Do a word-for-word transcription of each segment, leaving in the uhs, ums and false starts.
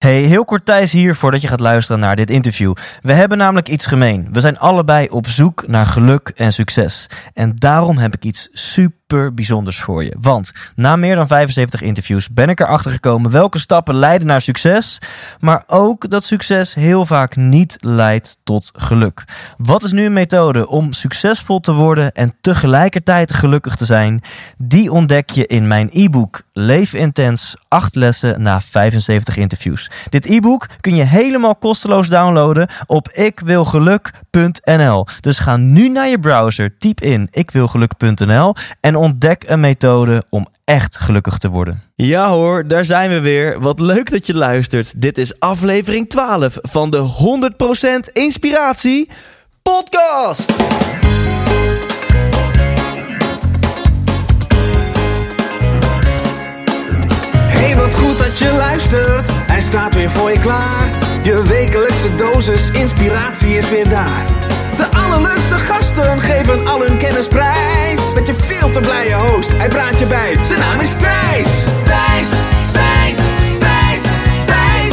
Hey, heel kort Thijs hier voordat je gaat luisteren naar dit interview. We hebben namelijk iets gemeen. We zijn allebei op zoek naar geluk en succes. En daarom heb ik iets super bijzonders voor je. Want na meer dan vijfenzeventig interviews ben ik erachter gekomen welke stappen leiden naar succes, maar ook dat succes heel vaak niet leidt tot geluk. Wat is nu een methode om succesvol te worden en tegelijkertijd gelukkig te zijn? Die ontdek je in mijn e-book Leef Intens, acht lessen na vijfenzeventig interviews. Dit e-book kun je helemaal kosteloos downloaden op ikwilgeluk punt n l. Dus ga nu naar je browser, typ in ikwilgeluk punt n l en ontdek een methode om echt gelukkig te worden. Ja hoor, daar zijn we weer. Wat leuk dat je luistert. Dit is aflevering twaalf van de honderd procent Inspiratie Podcast. Hey, wat goed dat je luistert. Hij staat weer voor je klaar. Je wekelijkse dosis inspiratie is weer daar. De allerleukste gasten geven al hun kennis prijs. Met je veel te blije host, hij praat je bij. Zijn naam is Thijs. Thijs, Thijs, Thijs, Thijs,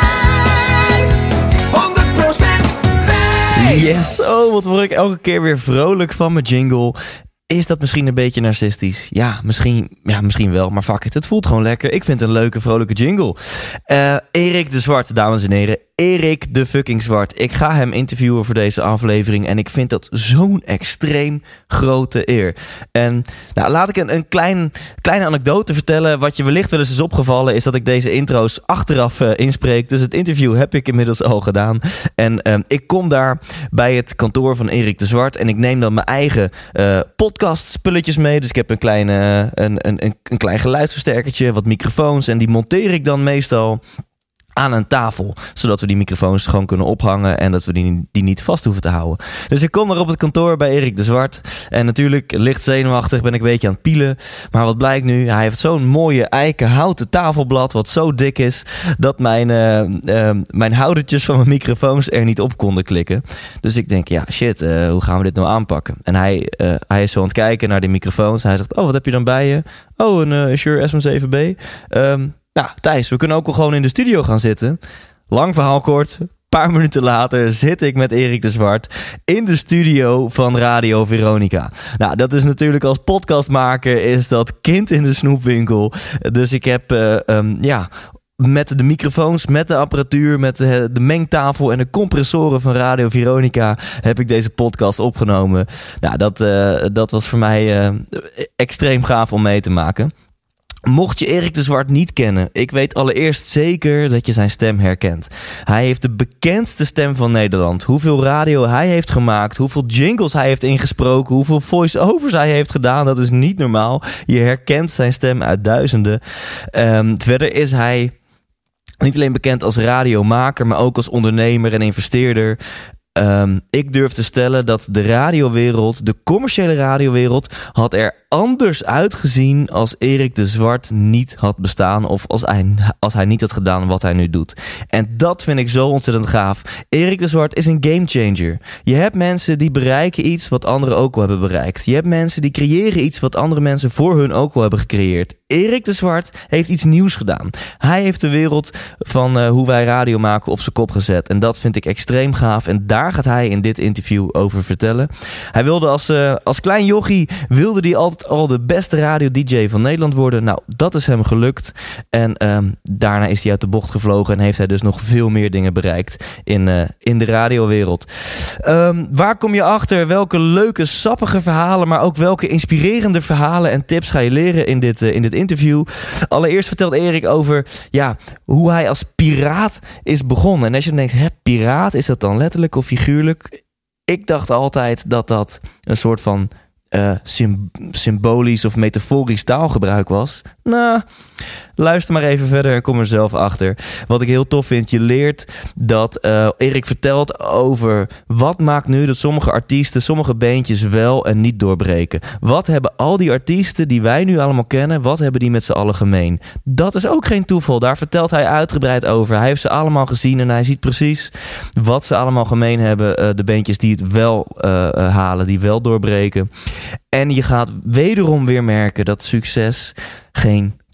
Thijs. honderd procent Thijs. Yes, oh wat word ik elke keer weer vrolijk van mijn jingle. Is dat misschien een beetje narcistisch? Ja, misschien, ja, misschien wel, maar fuck it, het voelt gewoon lekker. Ik vind het een leuke, vrolijke jingle. Uh, Erik de Zwart, dames en heren. Erik de fucking Zwart. Ik ga hem interviewen voor deze aflevering en ik vind dat zo'n extreem grote eer. En nou, laat ik een, een klein, kleine anekdote vertellen. Wat je wellicht wel eens is opgevallen is dat ik deze intro's achteraf uh, inspreek. Dus het interview heb ik inmiddels al gedaan. En uh, ik kom daar bij het kantoor van Erik de Zwart en ik neem dan mijn eigen uh, podcast spulletjes mee. Dus ik heb een, kleine, een, een, een, een klein geluidsversterkertje, wat microfoons en die monteer ik dan meestal aan een tafel, zodat we die microfoons gewoon kunnen ophangen en dat we die, die niet vast hoeven te houden. Dus ik kom er op het kantoor bij Erik de Zwart en natuurlijk licht zenuwachtig ben ik een beetje aan het pielen, maar wat blijkt nu? Hij heeft zo'n mooie eikenhouten tafelblad wat zo dik is dat mijn, uh, uh, mijn houdertjes van mijn microfoons er niet op konden klikken. Dus ik denk, ja shit, uh, hoe gaan we dit nou aanpakken? En hij, uh, hij is zo aan het kijken naar die microfoons. Hij zegt, oh wat heb je dan bij je? Oh een uh, Shure S M zeven B. Um, Nou, Thijs, we kunnen ook wel gewoon in de studio gaan zitten. Lang verhaal kort. Een paar minuten later zit ik met Erik de Zwart in de studio van Radio Veronica. Nou, dat is natuurlijk als podcastmaker is dat kind in de snoepwinkel. Dus ik heb, uh, um, ja, met de microfoons, met de apparatuur, met de, de mengtafel en de compressoren van Radio Veronica heb ik deze podcast opgenomen. Nou, dat, uh, dat was voor mij uh, extreem gaaf om mee te maken. Mocht je Erik de Zwart niet kennen, ik weet allereerst zeker dat je zijn stem herkent. Hij heeft de bekendste stem van Nederland. Hoeveel radio hij heeft gemaakt, hoeveel jingles hij heeft ingesproken, hoeveel voice-overs hij heeft gedaan, dat is niet normaal. Je herkent zijn stem uit duizenden. Um, verder is hij niet alleen bekend als radiomaker, maar ook als ondernemer en investeerder. Um, ik durf te stellen dat de radiowereld, de commerciële radiowereld, had er anders uitgezien als Erik de Zwart niet had bestaan of als hij, als hij niet had gedaan wat hij nu doet. En dat vind ik zo ontzettend gaaf. Erik de Zwart is een gamechanger. Je hebt mensen die bereiken iets wat anderen ook al hebben bereikt. Je hebt mensen die creëren iets wat andere mensen voor hun ook al hebben gecreëerd. Erik de Zwart heeft iets nieuws gedaan. Hij heeft de wereld van uh, hoe wij radio maken op zijn kop gezet. En dat vind ik extreem gaaf. En daar gaat hij in dit interview over vertellen. Hij wilde als, uh, als klein jochie wilde hij altijd al de beste radio-D J van Nederland worden. Nou, dat is hem gelukt. En um, daarna is hij uit de bocht gevlogen en heeft hij dus nog veel meer dingen bereikt in, uh, in de radiowereld. Um, waar kom je achter? Welke leuke, sappige verhalen, maar ook welke inspirerende verhalen en tips ga je leren in dit, uh, in dit interview? Allereerst vertelt Erik over ja, hoe hij als piraat is begonnen. En als je denkt, hè, piraat, is dat dan letterlijk of figuurlijk? Ik dacht altijd dat dat een soort van Uh, sym- symbolisch of metaforisch taalgebruik was. Nou, luister maar even verder en kom er zelf achter. Wat ik heel tof vind, je leert dat uh, Erik vertelt over wat maakt nu dat sommige artiesten, sommige beentjes wel en niet doorbreken. Wat hebben al die artiesten die wij nu allemaal kennen, wat hebben die met z'n allen gemeen? Dat is ook geen toeval, daar vertelt hij uitgebreid over. Hij heeft ze allemaal gezien en hij ziet precies wat ze allemaal gemeen hebben. Uh, de beentjes die het wel uh, uh, halen, die wel doorbreken. En je gaat wederom weer merken dat succes geen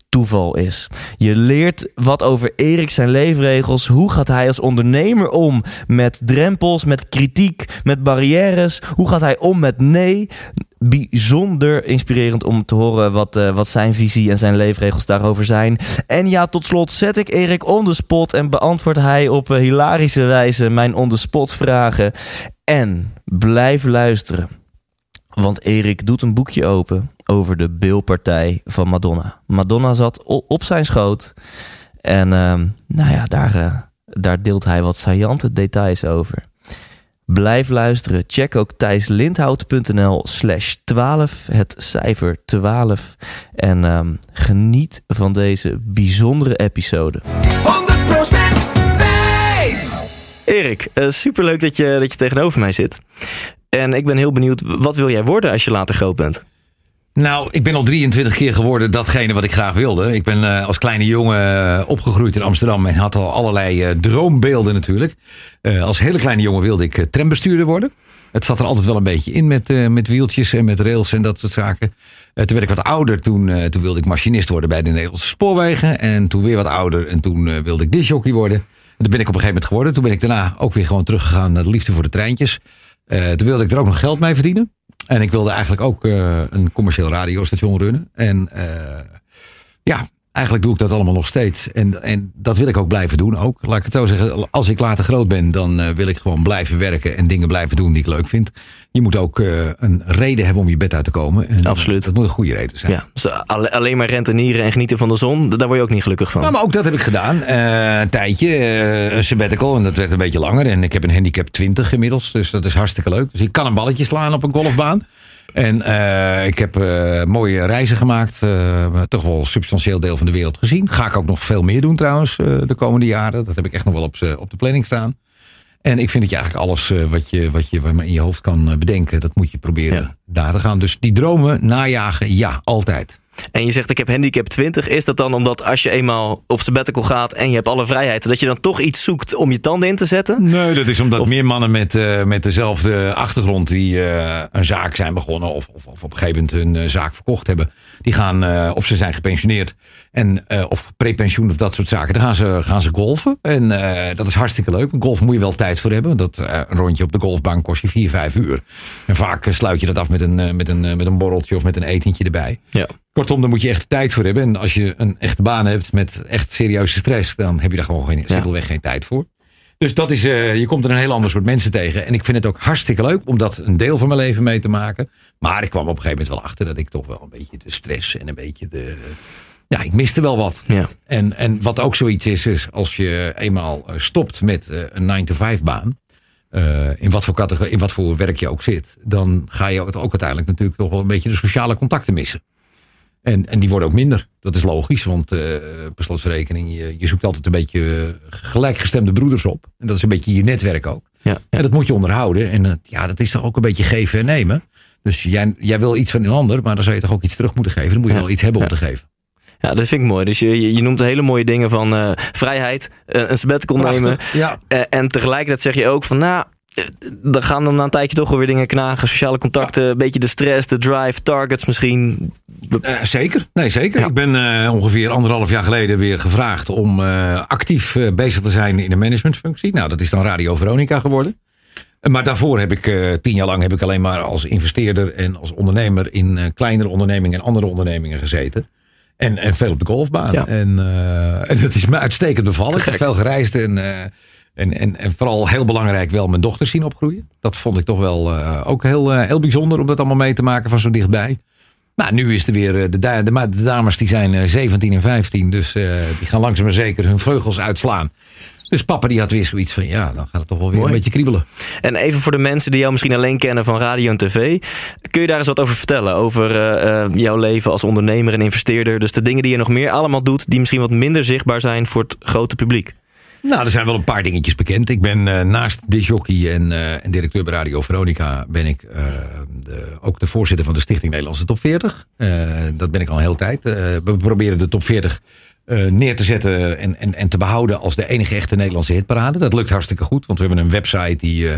toeval is. Je leert wat over Erik zijn leefregels. Hoe gaat hij als ondernemer om met drempels, met kritiek, met barrières? Hoe gaat hij om met nee? Bijzonder inspirerend om te horen wat, uh, wat zijn visie en zijn leefregels daarover zijn. En ja, tot slot zet ik Erik on the spot en beantwoordt hij op uh, hilarische wijze mijn on the spot vragen. En blijf luisteren. Want Erik doet een boekje open over de bilpartij van Madonna. Madonna zat op zijn schoot. En uh, nou ja, daar, uh, daar deelt hij wat saillante details over. Blijf luisteren. Check ook thijslindhout.nl slash twaalf. Het cijfer twaalf. En um, geniet van deze bijzondere episode. honderd procent wijs! Erik, uh, superleuk dat je, dat je tegenover mij zit. En ik ben heel benieuwd, wat wil jij worden als je later groot bent? Nou, ik ben al drieëntwintig keer geworden datgene wat ik graag wilde. Ik ben uh, als kleine jongen uh, opgegroeid in Amsterdam en had al allerlei uh, droombeelden natuurlijk. Uh, als hele kleine jongen wilde ik uh, trambestuurder worden. Het zat er altijd wel een beetje in met, uh, met wieltjes en met rails en dat soort zaken. Uh, toen werd ik wat ouder, toen, uh, toen wilde ik machinist worden bij de Nederlandse Spoorwegen. En toen weer wat ouder en toen uh, wilde ik discjockey worden. En dat ben ik op een gegeven moment geworden. Toen ben ik daarna ook weer gewoon teruggegaan naar de liefde voor de treintjes. Uh, toen wilde ik er ook nog geld mee verdienen. En ik wilde eigenlijk ook uh, een commercieel radiostation runnen. En uh, ja, eigenlijk doe ik dat allemaal nog steeds. En, en dat wil ik ook blijven doen ook. Laat ik het zo zeggen, als ik later groot ben, dan uh, wil ik gewoon blijven werken en dingen blijven doen die ik leuk vind. Je moet ook uh, een reden hebben om je bed uit te komen. En absoluut. Dat moet een goede reden zijn. Ja, dus alleen maar rentenieren en genieten van de zon, daar word je ook niet gelukkig van. Nou, maar ook dat heb ik gedaan. Uh, een tijdje, uh, een sabbatical, en dat werd een beetje langer. En ik heb een handicap twintig inmiddels, dus dat is hartstikke leuk. Dus ik kan een balletje slaan op een golfbaan. En uh, ik heb uh, mooie reizen gemaakt. Uh, toch wel een substantieel deel van de wereld gezien. Ga ik ook nog veel meer doen trouwens uh, de komende jaren. Dat heb ik echt nog wel op, z'n, op de planning staan. En ik vind dat je eigenlijk alles uh, wat, je, wat je in je hoofd kan bedenken, dat moet je proberen ja. daar te gaan. Dus die dromen najagen, ja, altijd. En je zegt ik heb handicap twintig. Is dat dan omdat als je eenmaal op sabbatical gaat en je hebt alle vrijheid, dat je dan toch iets zoekt om je tanden in te zetten? Nee, dat is omdat of... meer mannen met, uh, met dezelfde achtergrond die uh, een zaak zijn begonnen of, of, of op een gegeven moment hun uh, zaak verkocht hebben. Die gaan, uh, of ze zijn gepensioneerd en, uh, of prepensioen of dat soort zaken. Dan gaan ze, gaan ze golfen en uh, dat is hartstikke leuk. Golf moet je wel tijd voor hebben. Dat, uh, een rondje op de golfbank kost je vier, vijf uur. En vaak uh, sluit je dat af met een, uh, met, een, uh, met een borreltje of met een etentje erbij. Ja. Kortom, daar moet je echt tijd voor hebben. En als je een echte baan hebt met echt serieuze stress, dan heb je daar gewoon geen, simpelweg geen tijd voor. Dus dat is, uh, je komt er een heel ander soort mensen tegen. En ik vind het ook hartstikke leuk om dat een deel van mijn leven mee te maken. Maar ik kwam op een gegeven moment wel achter dat ik toch wel een beetje de stress en een beetje de... Ja, ik miste wel wat. Ja. En, en wat ook zoiets is, is als je eenmaal stopt met uh, een nine to five baan. Uh, in, wat voor categorie, in wat voor werk je ook zit. Dan ga je ook uiteindelijk natuurlijk toch wel een beetje de sociale contacten missen. En, en die worden ook minder. Dat is logisch, want uh, per slotverrekening, je, je zoekt altijd een beetje gelijkgestemde broeders op. En dat is een beetje je netwerk ook. Ja, ja. En dat moet je onderhouden. En uh, ja, dat is toch ook een beetje geven en nemen. Dus jij, jij wil iets van een ander, maar dan zou je toch ook iets terug moeten geven. Dan moet je ja, wel iets hebben ja. om te geven. Ja, dat vind ik mooi. Dus je, je noemt hele mooie dingen van uh, vrijheid, uh, een sabbatical Prachtig, nemen. Ja. Uh, en tegelijkertijd zeg je ook van, nou, dan gaan dan na een tijdje toch wel weer dingen knagen. Sociale contacten, ja. een beetje de stress, de drive, targets misschien. Uh, zeker, nee zeker. Ja. Ik ben uh, ongeveer anderhalf jaar geleden weer gevraagd om uh, actief uh, bezig te zijn in een managementfunctie. Nou, dat is dan Radio Veronica geworden. Maar daarvoor heb ik uh, tien jaar lang heb ik alleen maar als investeerder en als ondernemer in uh, kleinere ondernemingen en andere ondernemingen gezeten. En, en veel op de golfbaan. Ja. En, uh, en dat is me uitstekend bevallen. Ik heb veel gereisd en, uh, en, en, en vooral heel belangrijk wel mijn dochters zien opgroeien. Dat vond ik toch wel uh, ook heel, uh, heel bijzonder om dat allemaal mee te maken van zo dichtbij. Nou, nu is er weer, de, de, de dames die zijn zeventien en vijftien. Dus uh, die gaan langzaam maar zeker hun vleugels uitslaan. Dus papa die had weer zoiets van, ja, dan gaat het toch wel weer Mooi. een beetje kriebelen. En even voor de mensen die jou misschien alleen kennen van radio en tv. Kun je daar eens wat over vertellen? Over uh, jouw leven als ondernemer en investeerder. Dus de dingen die je nog meer allemaal doet, die misschien wat minder zichtbaar zijn voor het grote publiek. Nou, er zijn wel een paar dingetjes bekend. Ik ben uh, naast discjockey en, uh, en directeur bij Radio Veronica ben ik uh, de, ook de voorzitter van de Stichting Nederlandse Top veertig. Uh, dat ben ik al een hele tijd. Uh, we proberen de Top veertig uh, neer te zetten en, en, en te behouden als de enige echte Nederlandse hitparade. Dat lukt hartstikke goed, want we hebben een website die uh,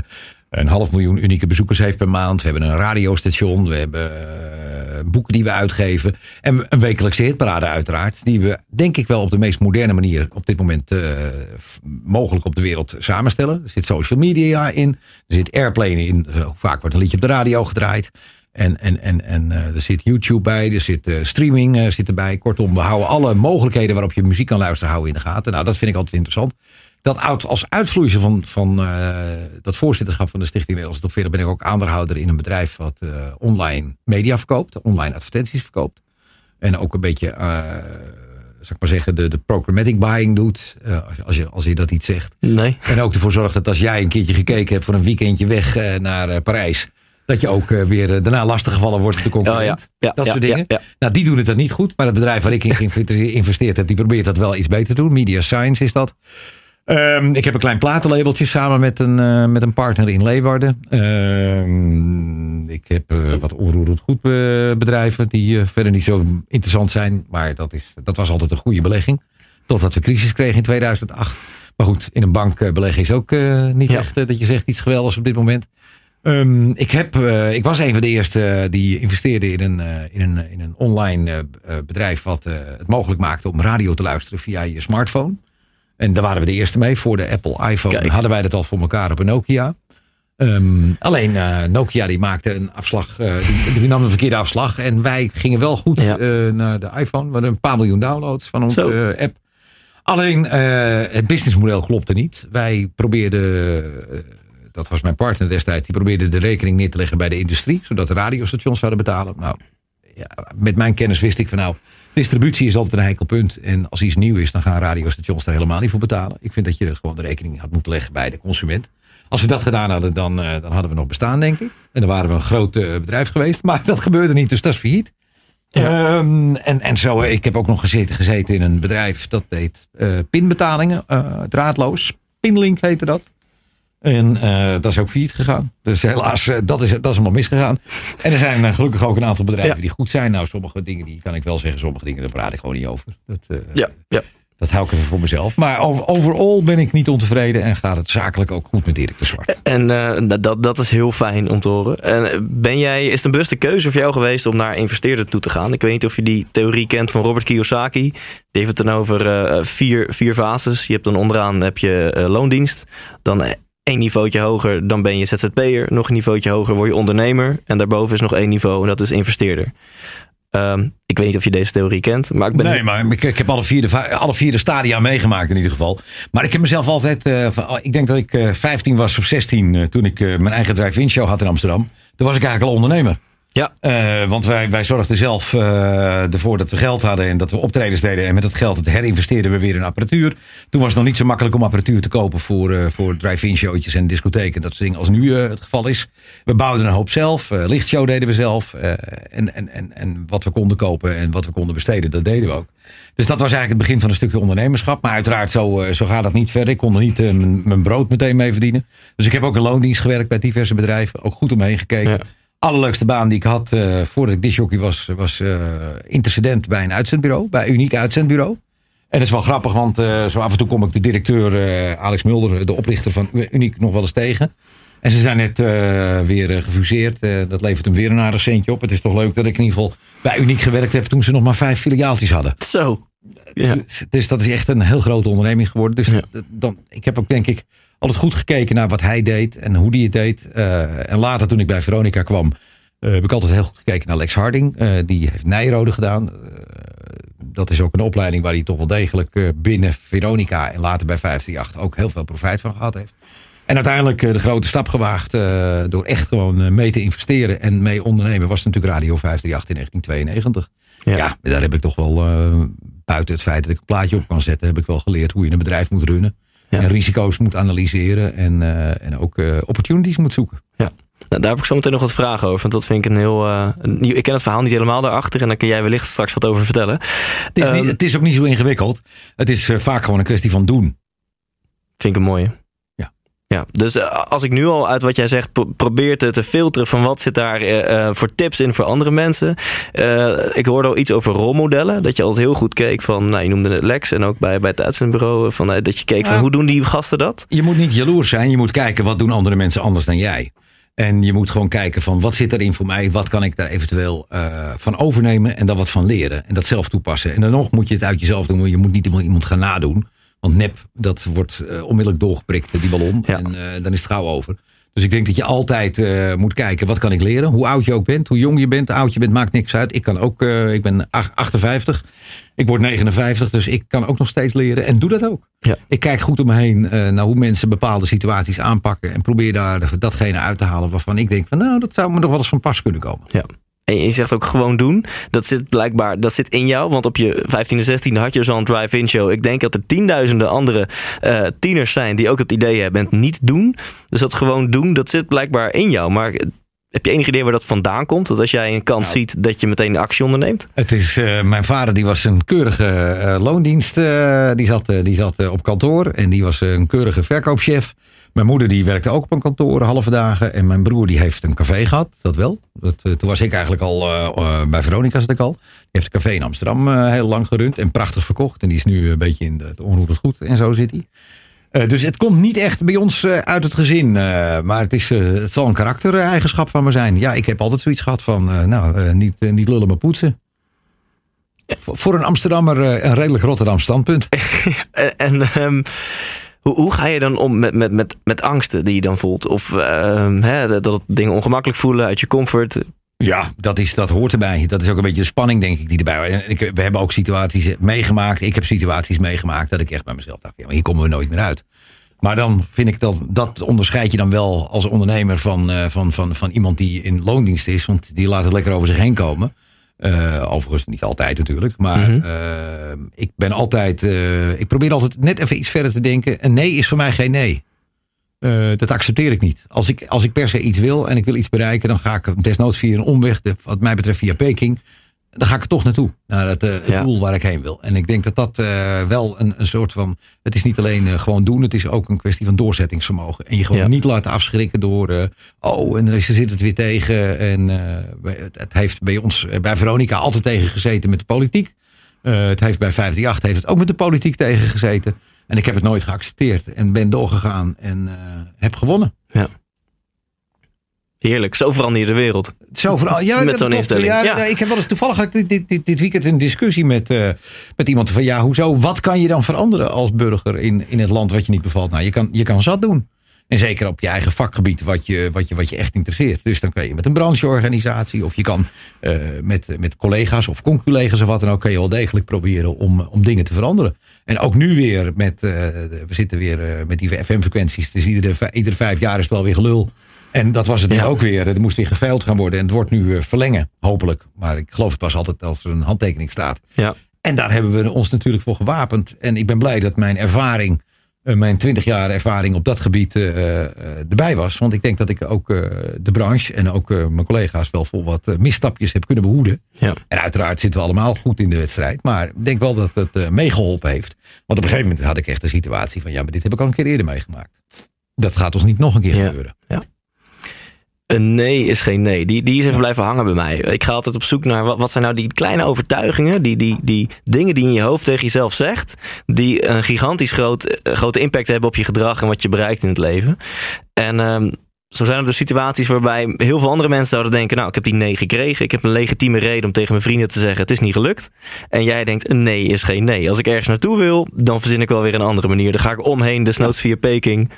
een half miljoen unieke bezoekers heeft per maand. We hebben een radiostation. We hebben uh, boeken die we uitgeven. En een wekelijkse hitparade uiteraard. Die we denk ik wel op de meest moderne manier op dit moment uh, mogelijk op de wereld samenstellen. Er zit social media in. Er zit airplay in. Uh, vaak wordt een liedje op de radio gedraaid. En, en, en, en uh, er zit YouTube bij, er zit uh, streaming uh, zit erbij. Kortom, we houden alle mogelijkheden waarop je muziek kan luisteren, houden in de gaten. Nou, dat vind ik altijd interessant. Dat als uitvloeisel van, van uh, dat voorzitterschap van de Stichting Nederlandse Top veertig ben ik ook aandeelhouder in een bedrijf wat uh, online media verkoopt, online advertenties verkoopt. En ook een beetje, uh, zal ik maar zeggen, de, de programmatic buying doet, uh, als, je, als je dat iets zegt. Nee. En ook ervoor zorgt dat als jij een keertje gekeken hebt voor een weekendje weg uh, naar uh, Parijs, dat je ook uh, weer uh, daarna lastiggevallen wordt op de concurrent. Oh ja. Ja, dat ja, soort dingen. Ja, ja. Nou, die doen het dan niet goed. Maar het bedrijf waar ik in geïnvesteerd heb, die probeert dat wel iets beter te doen. Media Science is dat. Um, ik heb een klein platenlabeltje samen met een, uh, met een partner in Leeuwarden. Um, ik heb uh, wat onroerend goed uh, bedrijven die uh, verder niet zo interessant zijn. Maar dat, is, dat was altijd een goede belegging. Totdat we crisis kregen in tweeduizend acht. Maar goed, in een bank uh, beleggen is ook uh, niet ja. echt uh, dat je zegt iets geweldigs op dit moment. Um, ik, heb, uh, ik was een van de eerste die investeerde in een, uh, in een, in een online uh, bedrijf wat uh, het mogelijk maakte om radio te luisteren via je smartphone. En daar waren we de eerste mee. Voor de Apple iPhone Kijk. hadden wij dat al voor elkaar op een Nokia. Um, alleen uh, Nokia die maakte een afslag. Uh, die, die nam een verkeerde afslag. En wij gingen wel goed ja. uh, naar de iPhone. We hadden een paar miljoen downloads van onze uh, app. Alleen uh, het businessmodel klopte niet. Wij probeerden... Uh, dat was mijn partner destijds. Die probeerde de rekening neer te leggen bij de industrie. Zodat de radiostations zouden betalen. Nou, ja, met mijn kennis wist ik van nou... distributie is altijd een heikel punt. En als iets nieuw is, dan gaan radiostations er helemaal niet voor betalen. Ik vind dat je gewoon de rekening had moeten leggen bij de consument. Als we dat gedaan hadden, dan, uh, dan hadden we nog bestaan, denk ik. En dan waren we een groot uh, bedrijf geweest. Maar dat gebeurde niet, dus dat is failliet. Ja. Um, en, en zo, ik heb ook nog gezeten, gezeten in een bedrijf dat deed uh, pinbetalingen. Uh, draadloos. Pinlink heette dat. En uh, dat is ook failliet gegaan. Dus helaas, uh, dat, is, dat is allemaal misgegaan. En er zijn uh, gelukkig ook een aantal bedrijven ja. die goed zijn. Nou, sommige dingen die kan ik wel zeggen. Sommige dingen, daar praat ik gewoon niet over. Dat, uh, ja, ja. dat hou ik even voor mezelf. Maar over, overal ben ik niet ontevreden. En gaat het zakelijk ook goed met Erik de Zwart. En uh, dat, dat is heel fijn om te horen. En ben jij, is het een bewuste keuze voor jou geweest om naar investeerder toe te gaan? Ik weet niet of je die theorie kent van Robert Kiyosaki. Die heeft het dan over uh, vier, vier fases. Je hebt dan onderaan heb je uh, loondienst. Dan... Uh, Eén niveautje hoger, dan ben je Z Z P'er. Nog een niveautje hoger word je ondernemer. En daarboven is nog één niveau en dat is investeerder. Um, ik weet niet of je deze theorie kent. Maar ik ben nee, niet... maar ik, ik heb alle vier, de, alle vier de stadia meegemaakt in ieder geval. Maar ik heb mezelf altijd... Uh, ik denk dat ik uh, vijftien was of zestien uh, toen ik uh, mijn eigen drive-in show had in Amsterdam. Toen was ik eigenlijk al ondernemer. Ja. Uh, want wij, wij zorgden zelf uh, ervoor dat we geld hadden en dat we optredens deden. En met dat geld herinvesteerden we weer in apparatuur. Toen was het nog niet zo makkelijk om apparatuur te kopen voor, uh, voor drive-in showtjes en discotheken. Dat soort dingen als nu uh, het geval is. We bouwden een hoop zelf. Uh, lichtshow deden we zelf. Uh, en, en, en, en wat we konden kopen en wat we konden besteden, dat deden we ook. Dus dat was eigenlijk het begin van een stukje ondernemerschap. Maar uiteraard, zo, uh, zo gaat dat niet verder. Ik kon er niet uh, mijn, mijn brood meteen mee verdienen. Dus ik heb ook in loondienst gewerkt bij diverse bedrijven. Ook goed omheen gekeken. Ja. Allerleukste baan die ik had uh, voordat ik discjockey was, was uh, intercedent bij een uitzendbureau, bij een uniek uitzendbureau. En dat is wel grappig, want uh, zo af en toe kom ik de directeur uh, Alex Mulder, de oprichter van Uniek, nog wel eens tegen. En ze zijn net uh, weer uh, gefuseerd. Uh, dat levert hem weer een aardig centje op. Het is toch leuk dat ik in ieder geval bij Uniek gewerkt heb toen ze nog maar vijf filiaaltjes hadden. Zo. Ja. Dus, dus dat is echt een heel grote onderneming geworden. Dus ja. dan, ik heb ook denk ik altijd goed gekeken naar wat hij deed en hoe hij het deed. Uh, en later toen ik bij Veronica kwam, uh, heb ik altijd heel goed gekeken naar Lex Harding. Uh, die heeft Nijrode gedaan. Uh, dat is ook een opleiding waar hij toch wel degelijk uh, binnen Veronica en later bij vijfhonderdachttien ook heel veel profijt van gehad heeft. En uiteindelijk uh, de grote stap gewaagd uh, door echt gewoon uh, mee te investeren en mee ondernemen was natuurlijk Radio vijfhonderdachttien in negentien tweeënnegentig. Ja. ja, daar heb ik toch wel uh, buiten het feit dat ik een plaatje op kan zetten, heb ik wel geleerd hoe je een bedrijf moet runnen. Ja. En risico's moet analyseren en, uh, en ook uh, opportunities moet zoeken. Ja. Nou, daar heb ik zo meteen nog wat vragen over. Want dat vind ik een heel... Uh, een, ik ken het verhaal niet helemaal daarachter. En daar kun jij wellicht straks wat over vertellen. Het is, um, niet, het is ook niet zo ingewikkeld. Het is uh, vaak gewoon een kwestie van doen. Vind ik een mooie. Ja. Ja, dus uh, als ik nu al uit wat jij zegt pro- probeer te, te filteren van wat zit daar uh, voor tips in voor andere mensen. Uh, ik hoorde al iets over rolmodellen. Dat je altijd heel goed keek van, nou je noemde het Lex en ook bij, bij het uitzendbureau. Van, uh, dat je keek van ja. hoe doen die gasten dat? Je moet niet jaloers zijn. Je moet kijken wat doen andere mensen anders dan jij. En je moet gewoon kijken van wat zit erin voor mij. Wat kan ik daar eventueel uh, van overnemen en daar wat van leren. En dat zelf toepassen. En dan nog moet je het uit jezelf doen. Je moet niet iemand gaan nadoen. Want nep, dat wordt uh, onmiddellijk doorgeprikt, die ballon. Ja. En uh, dan is het gauw over. Dus ik denk dat je altijd uh, moet kijken, wat kan ik leren? Hoe oud je ook bent, hoe jong je bent, oud je bent, maakt niks uit. Ik kan ook, uh, ik ben achtenvijftig. Ik word negenenvijftig, dus ik kan ook nog steeds leren. En doe dat ook. Ja. Ik kijk goed om me heen uh, naar hoe mensen bepaalde situaties aanpakken. En probeer daar datgene uit te halen waarvan ik denk van, nou, dat zou me nog wel eens van pas kunnen komen. Ja. En je zegt ook gewoon doen. Dat zit blijkbaar dat zit in jou. Want op je vijftiende, zestiende had je zo'n drive-in show. Ik denk dat er tienduizenden andere uh, tieners zijn die ook het idee hebben en het niet doen. Dus dat gewoon doen, dat zit blijkbaar in jou. Maar heb je enig idee waar dat vandaan komt? Dat als jij een kans nou, ziet, dat je meteen actie onderneemt? Het is, uh, mijn vader die was een keurige uh, loondienst. Uh, die zat, uh, die zat uh, op kantoor. En die was uh, een keurige verkoopchef. Mijn moeder die werkte ook op een kantoor, halve dagen. En mijn broer die heeft een café gehad, dat wel. Dat, uh, toen was ik eigenlijk al, uh, uh, bij Veronica zat ik al. Die heeft een café in Amsterdam uh, heel lang gerund en prachtig verkocht. En die is nu een beetje in het onroerend goed en zo zit hij. Uh, dus het komt niet echt bij ons uh, uit het gezin. Uh, maar het, is, uh, het zal een karaktereigenschap van me zijn. Ja, ik heb altijd zoiets gehad van, uh, nou, uh, niet, uh, niet lullen maar poetsen. Voor, voor een Amsterdammer uh, een redelijk Rotterdam standpunt. en... en um... Hoe, hoe ga je dan om met, met, met, met angsten die je dan voelt? Of uh, hè, dat dingen ongemakkelijk voelen uit je comfort? Ja, dat, is, dat hoort erbij. Dat is ook een beetje de spanning, denk ik, die erbij hoort. Ik, we hebben ook situaties meegemaakt. Ik heb situaties meegemaakt dat ik echt bij mezelf dacht, ja, maar hier komen we nooit meer uit. Maar dan vind ik dat, dat onderscheid je dan wel als ondernemer van, uh, van, van, van iemand die in loondienst is. Want die laat het lekker over zich heen komen. Uh, overigens niet altijd natuurlijk. Maar mm-hmm. uh, ik ben altijd... Uh, ik probeer altijd net even iets verder te denken. Een nee is voor mij geen nee. Uh, dat accepteer ik niet. Als ik, als ik per se iets wil en ik wil iets bereiken, dan ga ik desnoods via een omweg, de, wat mij betreft via Peking. Dan ga ik er toch naartoe. Naar het, uh, het ja. doel waar ik heen wil. En ik denk dat dat uh, wel een, een soort van... Het is niet alleen uh, gewoon doen. Het is ook een kwestie van doorzettingsvermogen. En je gewoon ja. niet laten afschrikken door... Uh, oh, en ze zit het weer tegen. En uh, het heeft bij ons, bij Veronica, altijd tegen gezeten met de politiek. Uh, het heeft bij vijfendertig heeft het ook met de politiek tegen gezeten. En ik heb het nooit geaccepteerd. En ben doorgegaan en uh, heb gewonnen. Ja. Heerlijk, zo verander je de wereld. Zo verander, ja, met zo'n instelling. Ja, ja. Ik heb wel eens toevallig dit, dit, dit weekend een discussie met, uh, met iemand van ja, hoezo? Wat kan je dan veranderen als burger in, in het land wat je niet bevalt? Nou, je kan, je kan zat doen. En zeker op je eigen vakgebied wat je, wat je, wat je echt interesseert. Dus dan kan je met een brancheorganisatie of je kan uh, met, met collega's of conculega's of wat dan ook, kan je wel degelijk proberen om, om dingen te veranderen. En ook nu weer met, uh, we zitten weer uh, met die F M-frequenties. Dus iedere, iedere vijf jaar is het wel weer gelul. En dat was het nu ja. ook weer. Er moest weer geveild gaan worden. En het wordt nu uh, verlengen, hopelijk. Maar ik geloof het pas altijd als er een handtekening staat. Ja. En daar hebben we ons natuurlijk voor gewapend. En ik ben blij dat mijn ervaring, uh, mijn twintig jaar ervaring op dat gebied uh, uh, erbij was. Want ik denk dat ik ook uh, de branche en ook uh, mijn collega's wel voor wat uh, misstapjes heb kunnen behoeden. Ja. En uiteraard zitten we allemaal goed in de wedstrijd. Maar ik denk wel dat het uh, meegeholpen heeft. Want op een gegeven moment had ik echt de situatie van ja, maar dit heb ik al een keer eerder meegemaakt. Dat gaat ons niet nog een keer ja. gebeuren. Ja. Een nee is geen nee. Die, die is even blijven hangen bij mij. Ik ga altijd op zoek naar wat, wat zijn nou die kleine overtuigingen, die, die, die dingen die in je hoofd tegen jezelf zegt, die een gigantisch groot, grote impact hebben op je gedrag en wat je bereikt in het leven. En um, zo zijn er dus situaties waarbij heel veel andere mensen zouden denken, nou, ik heb die nee gekregen. Ik heb een legitieme reden om tegen mijn vrienden te zeggen, het is niet gelukt. En jij denkt, een nee is geen nee. Als ik ergens naartoe wil, dan verzin ik wel weer een andere manier. Dan ga ik omheen, desnoods via Peking.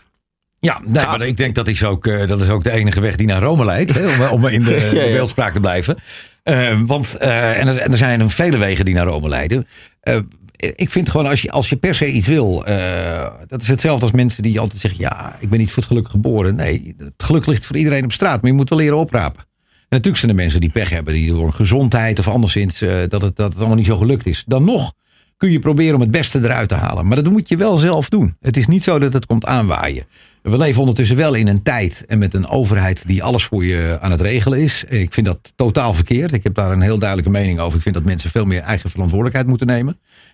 Ja, nee, maar ik denk dat is, ook, uh, dat is ook de enige weg die naar Rome leidt. Hè, om, om in de, ja, ja. de beeldspraak te blijven. Uh, want, uh, en, er, en er zijn vele wegen die naar Rome leiden. Uh, ik vind gewoon, als je, als je per se iets wil. Uh, dat is hetzelfde als mensen die altijd zeggen, ja, ik ben niet voor het geluk geboren. Nee, het geluk ligt voor iedereen op straat. Maar je moet wel leren oprapen. En natuurlijk zijn er mensen die pech hebben. Die door een gezondheid of anderszins uh, dat, het, dat het allemaal niet zo gelukt is. Dan nog kun je proberen om het beste eruit te halen. Maar dat moet je wel zelf doen. Het is niet zo dat het komt aanwaaien. We leven ondertussen wel in een tijd en met een overheid die alles voor je aan het regelen is. Ik vind dat totaal verkeerd. Ik heb daar een heel duidelijke mening over. Ik vind dat mensen veel meer eigen verantwoordelijkheid moeten nemen.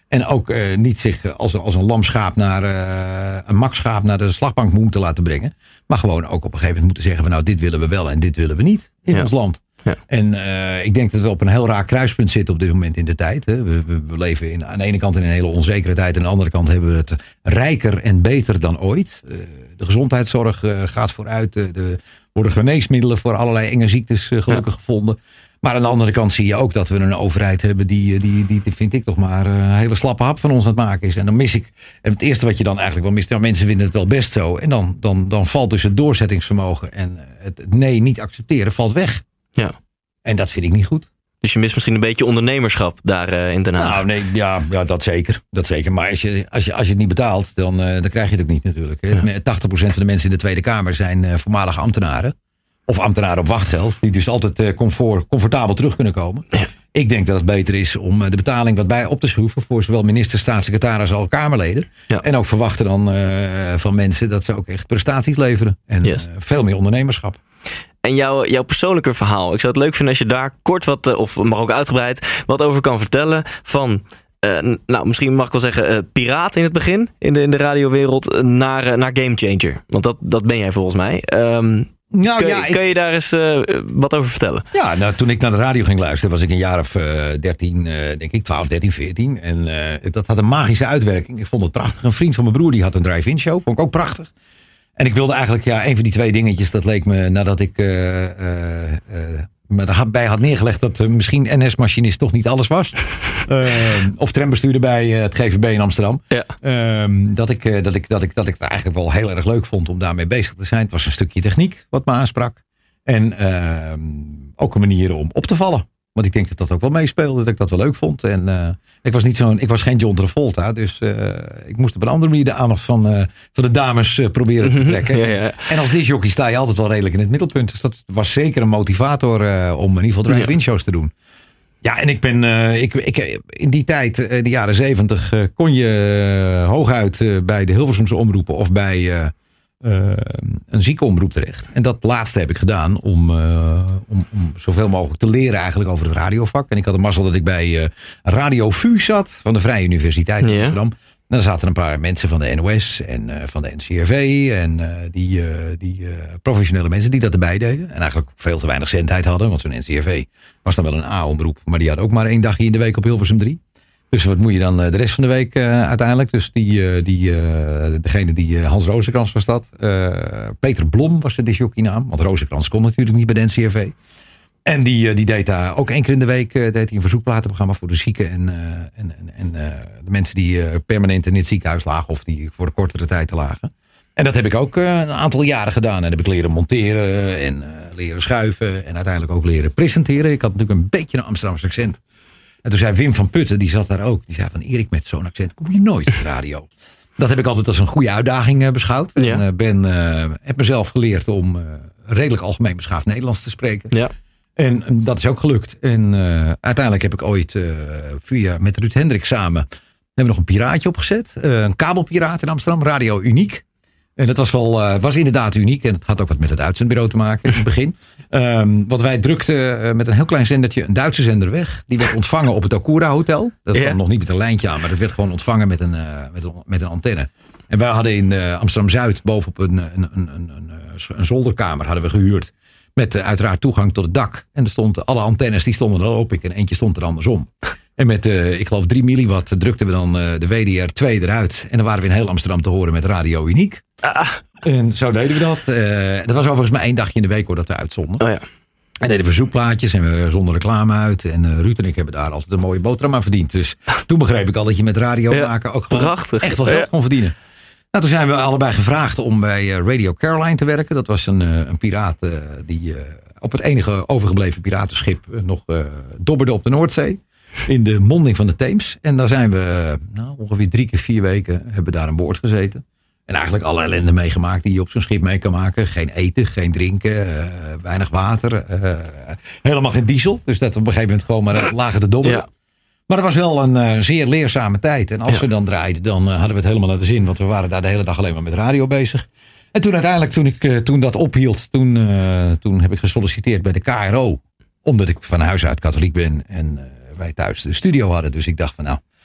En ook uh, niet zich als, als een lamschaap naar uh, een makschaap naar de slagbank moeten laten brengen. Maar gewoon ook op een gegeven moment moeten zeggen van nou dit willen we wel en dit willen we niet in ja. ons land. Ja. En uh, ik denk dat we op een heel raar kruispunt zitten op dit moment in de tijd. Hè. We, we, we leven in, aan de ene kant in een hele onzekere tijd. En aan de andere kant hebben we het rijker en beter dan ooit. Uh, de gezondheidszorg uh, gaat vooruit. Er uh, worden geneesmiddelen voor allerlei enge ziektes uh, gelukkig ja. gevonden. Maar aan de andere kant zie je ook dat we een overheid hebben die, die, die, die vind ik toch maar een hele slappe hap van ons aan het maken is. En dan mis ik, en het eerste wat je dan eigenlijk wel mist, nou, mensen vinden het wel best zo. En dan, dan, dan valt dus het doorzettingsvermogen en het nee niet accepteren valt weg. Ja. En dat vind ik niet goed. Dus je mist misschien een beetje ondernemerschap daar uh, in Den Haag. Nou nee, ja, ja dat zeker. Dat zeker. Maar als je, als je, als je het niet betaalt, dan, uh, dan krijg je het ook niet natuurlijk. Ja. tachtig procent van de mensen in de Tweede Kamer zijn uh, voormalige ambtenaren. Of ambtenaren op wachtgeld, die dus altijd uh, comfort, comfortabel terug kunnen komen. Ja. Ik denk dat het beter is om uh, de betaling wat bij op te schroeven voor zowel ministers, staatssecretaris als Kamerleden. Ja. En ook verwachten dan uh, van mensen dat ze ook echt prestaties leveren. En yes. uh, veel meer ondernemerschap. En jouw, jouw persoonlijke verhaal. Ik zou het leuk vinden als je daar kort wat, uh, of mag ook uitgebreid, wat over kan vertellen van... Uh, nou, misschien mag ik wel zeggen, uh, piraat in het begin, in de, in de radiowereld, uh, naar, uh, naar gamechanger. Want dat, dat ben jij volgens mij. Um, Nou, kun, ja, ik, kun je daar eens uh, wat over vertellen? Ja, nou, toen ik naar de radio ging luisteren was ik een jaar of uh, dertien, uh, denk ik, twaalf, dertien, veertien. En uh, dat had een magische uitwerking. Ik vond het prachtig. Een vriend van mijn broer die had een drive-in show. Vond ik ook prachtig. En ik wilde eigenlijk, ja, een van die twee dingetjes, dat leek me nadat ik uh, uh, uh, me erbij had neergelegd dat uh, misschien N S-machinist toch niet alles was. uh, of trambestuurder bij uh, het G V B in Amsterdam. Ja. Uh, dat, ik, uh, dat, ik, dat, ik, dat ik het eigenlijk wel heel erg leuk vond om daarmee bezig te zijn. Het was een stukje techniek wat me aansprak. En uh, ook een manier om op te vallen. Want ik denk dat dat ook wel meespeelde, dat ik dat wel leuk vond. En uh, ik was niet zo'n, ik was geen John Travolta, dus uh, ik moest op een andere manier de aandacht van, uh, van de dames uh, proberen te trekken. ja, ja. En als discjockey sta je altijd wel redelijk in het middelpunt. Dus dat was zeker een motivator uh, om in ieder geval drive-in shows te doen. Ja, en ik ben, uh, ik, ik, in die tijd, in uh, de jaren zeventig, uh, kon je uh, hooguit uh, bij de Hilversumse omroepen of bij uh, uh, een ziekenomroep terecht. En dat laatste heb ik gedaan om, uh, om, om zoveel mogelijk te leren eigenlijk over het radiovak. En ik had de mazzel dat ik bij uh, Radio V U zat, van de Vrije Universiteit in ja. Amsterdam. En daar zaten een paar mensen van de N O S en uh, van de N C R V en uh, die, uh, die uh, professionele mensen die dat erbij deden. En eigenlijk veel te weinig zendtijd hadden, want zo'n N C R V was dan wel een A-omroep, maar die had ook maar één dagje in de week op Hilversum drie. Dus wat moet je dan de rest van de week uh, uiteindelijk? Dus die, uh, die, uh, degene die uh, Hans Rozenkrans was dat. Uh, Peter Blom was de disjockeynaam, want Rozenkrans kon natuurlijk niet bij de N C R V. En die, uh, die deed daar ook één keer in de week uh, deed hij een verzoekplatenprogramma voor de zieken en, uh, en, en, en uh, de mensen die uh, permanent in het ziekenhuis lagen of die voor de kortere tijd lagen. En dat heb ik ook uh, een aantal jaren gedaan. En heb ik leren monteren en uh, leren schuiven en uiteindelijk ook leren presenteren. Ik had natuurlijk een beetje een Amsterdamse accent. En toen zei Wim van Putten, die zat daar ook. Die zei van Erik, met zo'n accent kom je nooit op de radio. Dat heb ik altijd als een goede uitdaging uh, beschouwd. Ja. En uh, ben, uh, heb mezelf geleerd om uh, redelijk algemeen beschaafd Nederlands te spreken. Ja. En uh, dat is ook gelukt. En uh, uiteindelijk heb ik ooit uh, via met Ruud Hendrik samen hebben we nog een piraatje opgezet. Uh, een kabelpiraat in Amsterdam, Radio Uniek. En dat was wel, uh, was inderdaad uniek. En het had ook wat met het uitzendbureau te maken in het begin. Um, want wij drukten uh, met een heel klein zendertje een Duitse zender weg. Die werd ontvangen op het Okura Hotel. Dat kwam yeah. nog niet met een lijntje aan, maar dat werd gewoon ontvangen met een, uh, met een, met een antenne. En wij hadden in uh, Amsterdam-Zuid bovenop een, een, een, een, een, een zolderkamer hadden we gehuurd. Met uh, uiteraard toegang tot het dak. En er stonden alle antennes die stonden er op ik en eentje stond er andersom. En met, uh, ik geloof drie milliwatt drukten we dan uh, de W D R twee eruit. En dan waren we in heel Amsterdam te horen met Radio Uniek. Ah. En zo deden we dat. Uh, dat was overigens maar één dagje in de week hoor dat we uitzonden. Oh ja. En deden we zoekplaatjes en we zonden reclame uit. En uh, Ruud en ik hebben daar altijd een mooie boterham aan verdiend. Dus toen begreep ik al dat je met radio ja, maken ook gewoon prachtig. echt wel geld ja. kon verdienen. Nou, toen zijn we allebei gevraagd om bij uh, Radio Caroline te werken. Dat was een, uh, een piraat uh, die uh, op het enige overgebleven piratenschip uh, nog uh, dobberde op de Noordzee. In de monding van de Theems. En daar zijn we nou, ongeveer drie keer vier weken hebben daar aan boord gezeten. En eigenlijk alle ellende meegemaakt die je op zo'n schip mee kan maken. Geen eten, geen drinken, uh, weinig water. Uh, helemaal geen diesel. Dus dat op een gegeven moment gewoon maar lagen te dobbelen. Ja. Maar het was wel een uh, zeer leerzame tijd. En als ja. we dan draaiden, dan uh, hadden we het helemaal naar de zin. Want we waren daar de hele dag alleen maar met radio bezig. En toen uiteindelijk, toen, ik, uh, toen dat ophield, toen, uh, toen heb ik gesolliciteerd bij de K R O. Omdat ik van huis uit katholiek ben en uh, wij thuis de studio hadden. Dus ik dacht van nou,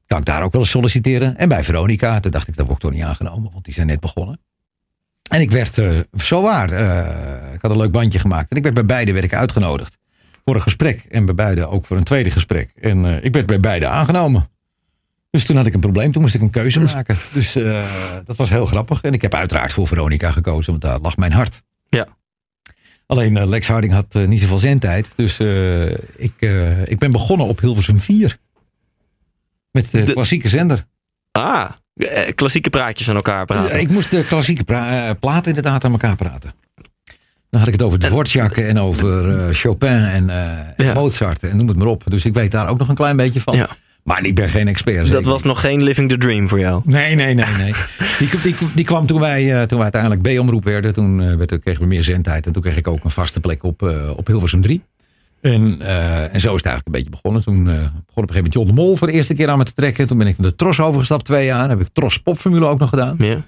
kan ik daar ook wel eens solliciteren? En bij Veronica, toen dacht ik, dat word ik toch niet aangenomen, want die zijn net begonnen. En ik werd uh, zo waar. Uh, ik had een leuk bandje gemaakt. En ik werd bij beide werd ik uitgenodigd voor een gesprek. En bij beide ook voor een tweede gesprek. En uh, ik werd bij beide aangenomen. Dus toen had ik een probleem. Toen moest ik een keuze maken. Dus uh, dat was heel grappig. En ik heb uiteraard voor Veronica gekozen, want daar lag mijn hart. Ja. Alleen uh, Lex Harding had uh, niet zoveel zendtijd. Dus uh, ik, uh, ik ben begonnen op Hilversum vier. Met de, de klassieke zender. Ah, klassieke praatjes aan elkaar praten. Ja, ik moest de klassieke pra- platen inderdaad aan elkaar praten. Dan had ik het over Dvorak en over uh, Chopin en uh, ja. Mozart en noem het maar op. Dus ik weet daar ook nog een klein beetje van. Ja. Maar ik ben geen expert. Dat was nog geen living the dream voor jou? Nee, nee, nee. nee. Die, die, die kwam toen wij, uh, toen wij uiteindelijk B-omroep werden. Toen uh, werd, kregen we meer zendtijd. En toen kreeg ik ook een vaste plek op, uh, op Hilversum drie. En, uh, en zo is het eigenlijk een beetje begonnen. Toen uh, begon op een gegeven moment John de Mol voor de eerste keer aan me te trekken. Toen ben ik naar de Tros overgestapt twee jaar. Dan heb ik Tros Popformule ook nog gedaan. Ja.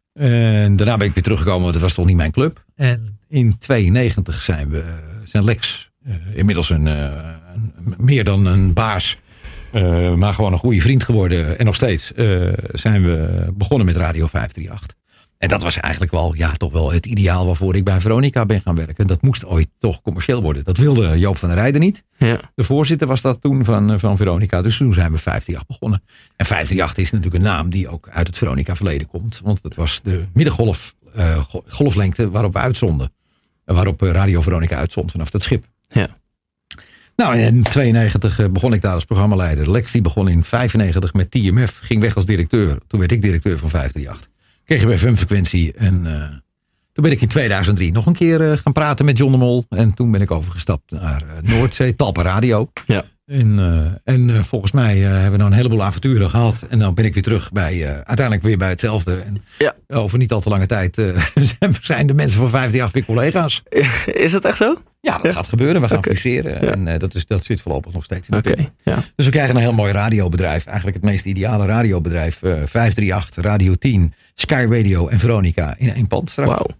En daarna ben ik weer teruggekomen, want het was toch niet mijn club. En in tweeënnegentig zijn we, zijn Lex, uh, inmiddels een, uh, een, meer dan een baas, uh, maar gewoon een goede vriend geworden. En nog steeds uh, zijn we begonnen met Radio vijf drie acht. En dat was eigenlijk wel, ja, toch wel het ideaal waarvoor ik bij Veronica ben gaan werken. Dat moest ooit toch commercieel worden. Dat wilde Joop van der Rijden niet. Ja. De voorzitter was dat toen van, van Veronica. Dus toen zijn we vijf drie acht begonnen. En vijf drie acht is natuurlijk een naam die ook uit het Veronica verleden komt. Want het was de middengolf, uh, golflengte waarop we uitzonden. Waarop Radio Veronica uitzond vanaf dat schip. Ja. Nou, in tweeënnegentig begon ik daar als programmaleider. Lex die begon in vijfennegentig met T M F. Ging weg als directeur. Toen werd ik directeur van vijf drie acht. Kreeg je bij V U M-frequentie. En uh, toen ben ik in tweeduizend drie nog een keer uh, gaan praten met John de Mol. En toen ben ik overgestapt naar uh, Noordzee, Talpa Radio. Ja. En, uh, en uh, volgens mij uh, hebben we nou een heleboel avonturen gehad. En dan ben ik weer terug bij, uh, uiteindelijk weer bij hetzelfde. En ja. over niet al te lange tijd uh, zijn de mensen van vijf drie acht weer collega's. Is dat echt zo? Ja, dat ja. gaat gebeuren. We gaan okay. fuseren. Ja. En uh, dat, is, dat zit voorlopig nog steeds in de okay. pin. Ja. Dus we krijgen een heel mooi radiobedrijf. Eigenlijk het meest ideale radiobedrijf. Uh, vijf drie acht, Radio tien, Sky Radio en Veronica in één pand straks. Wauw.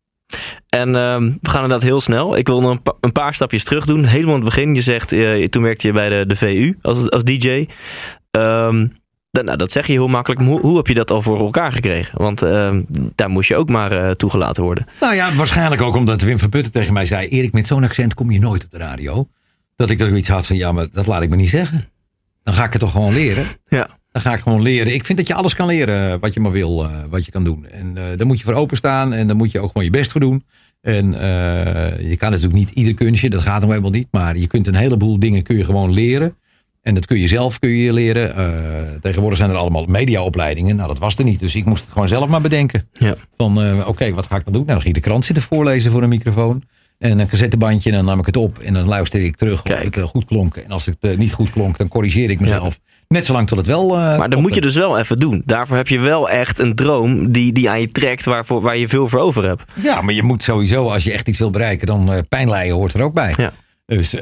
En uh, we gaan inderdaad heel snel. Ik wil nog een, pa- een paar stapjes terug doen. Helemaal aan het begin. Je zegt, uh, toen werkte je bij de, de V U als, als D J. Um, dat, nou, dat zeg je heel makkelijk. Maar hoe, hoe heb je dat al voor elkaar gekregen? Want uh, daar moest je ook maar uh, toegelaten worden. Nou ja, waarschijnlijk ook omdat Wim van Putten tegen mij zei... Erik, met zo'n accent kom je nooit op de radio. Dat ik er iets had van, ja, maar dat laat ik me niet zeggen. Dan ga ik het toch gewoon leren. Ja. Dan ga ik gewoon leren. Ik vind dat je alles kan leren wat je maar wil, uh, wat je kan doen. En uh, daar moet je voor openstaan en daar moet je ook gewoon je best voor doen. En uh, je kan natuurlijk niet ieder kunstje, dat gaat nog helemaal niet. Maar je kunt een heleboel dingen kun je gewoon leren. En dat kun je zelf kun je leren. Uh, tegenwoordig zijn er allemaal mediaopleidingen. Nou, dat was er niet. Dus ik moest het gewoon zelf maar bedenken. Ja. Van, uh, oké, okay, wat ga ik dan doen? Nou, dan ging ik de krant zitten voorlezen voor een microfoon. En een cassettebandje, en dan nam ik het op. En dan luisterde ik terug of het uh, goed klonk. En als het uh, niet goed klonk, dan corrigeerde ik mezelf. Ja. Net zolang tot het wel... Uh, maar dat moet je dus wel even doen. Daarvoor heb je wel echt een droom die, die aan je trekt, waarvoor, waar je veel voor over hebt. Ja, maar je moet sowieso, als je echt iets wil bereiken, dan uh, pijn lijden hoort er ook bij. Ja. Dus uh,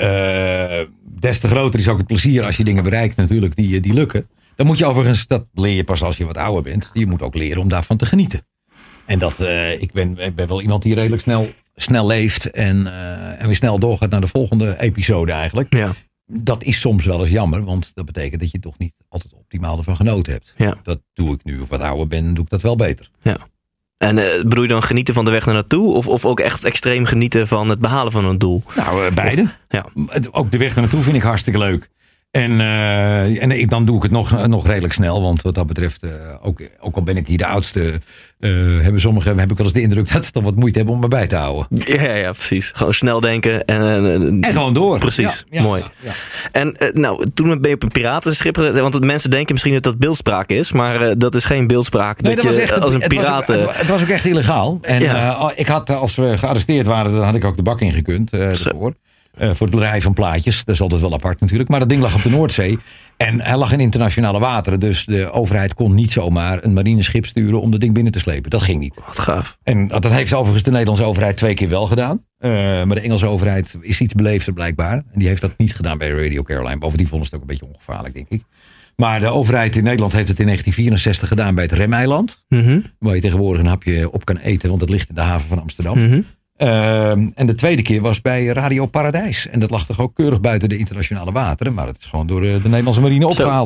des te groter is ook het plezier als je dingen bereikt natuurlijk die, die lukken. Dan moet je overigens, dat leer je pas als je wat ouder bent. Je moet ook leren om daarvan te genieten. En dat, uh, ik, ben, ik ben wel iemand die redelijk snel, snel leeft en, uh, en weer snel doorgaat naar de volgende episode eigenlijk. Ja. Dat is soms wel eens jammer, want dat betekent dat je toch niet altijd optimaal ervan genoten hebt. Ja. Dat doe ik nu, of wat ouder ben, doe ik dat wel beter. Ja. En uh, bedoel je dan genieten van de weg naar naartoe? Of, of ook echt extreem genieten van het behalen van een doel? Nou, uh, beide. Ja. Ook de weg naar naartoe vind ik hartstikke leuk. En, uh, en ik, dan doe ik het nog, nog redelijk snel. Want wat dat betreft, uh, ook, ook al ben ik hier de oudste... Uh, hebben sommigen heb ik wel eens de indruk dat ze toch wat moeite hebben om me bij te houden. Ja, ja, precies. Gewoon snel denken. En, en, en gewoon door. Precies, ja, ja, mooi. Ja, ja. En uh, nou, toen ben je op een piratenschip. Want mensen denken misschien dat dat beeldspraak is. Maar uh, dat is geen beeldspraak. Nee, dat, dat je was echt, als een het piraten... Was ook, het, het was ook echt illegaal. En ja. uh, ik had, als we gearresteerd waren, dan had ik ook de bak ingekund. Uh, daarvoor. Uh, voor het draaien van plaatjes. Dat is altijd wel apart natuurlijk. Maar dat ding lag op de Noordzee. En hij lag in internationale wateren. Dus de overheid kon niet zomaar een marineschip sturen om dat ding binnen te slepen. Dat ging niet. Wat gaaf. En dat heeft overigens de Nederlandse overheid twee keer wel gedaan. Uh, maar de Engelse overheid is iets beleefder blijkbaar. En die heeft dat niet gedaan bij Radio Caroline. Bovendien vonden ze het ook een beetje ongevaarlijk, denk ik. Maar de overheid in Nederland heeft het in negentien vierenzestig gedaan bij het Remeiland. Mm-hmm. Waar je tegenwoordig een hapje op kan eten. Want dat ligt in de haven van Amsterdam. Mm-hmm. Uh, en de tweede keer was bij Radio Paradijs. En dat lag toch ook keurig buiten de internationale wateren. Maar het is gewoon door de, de Nederlandse marine opgehaald.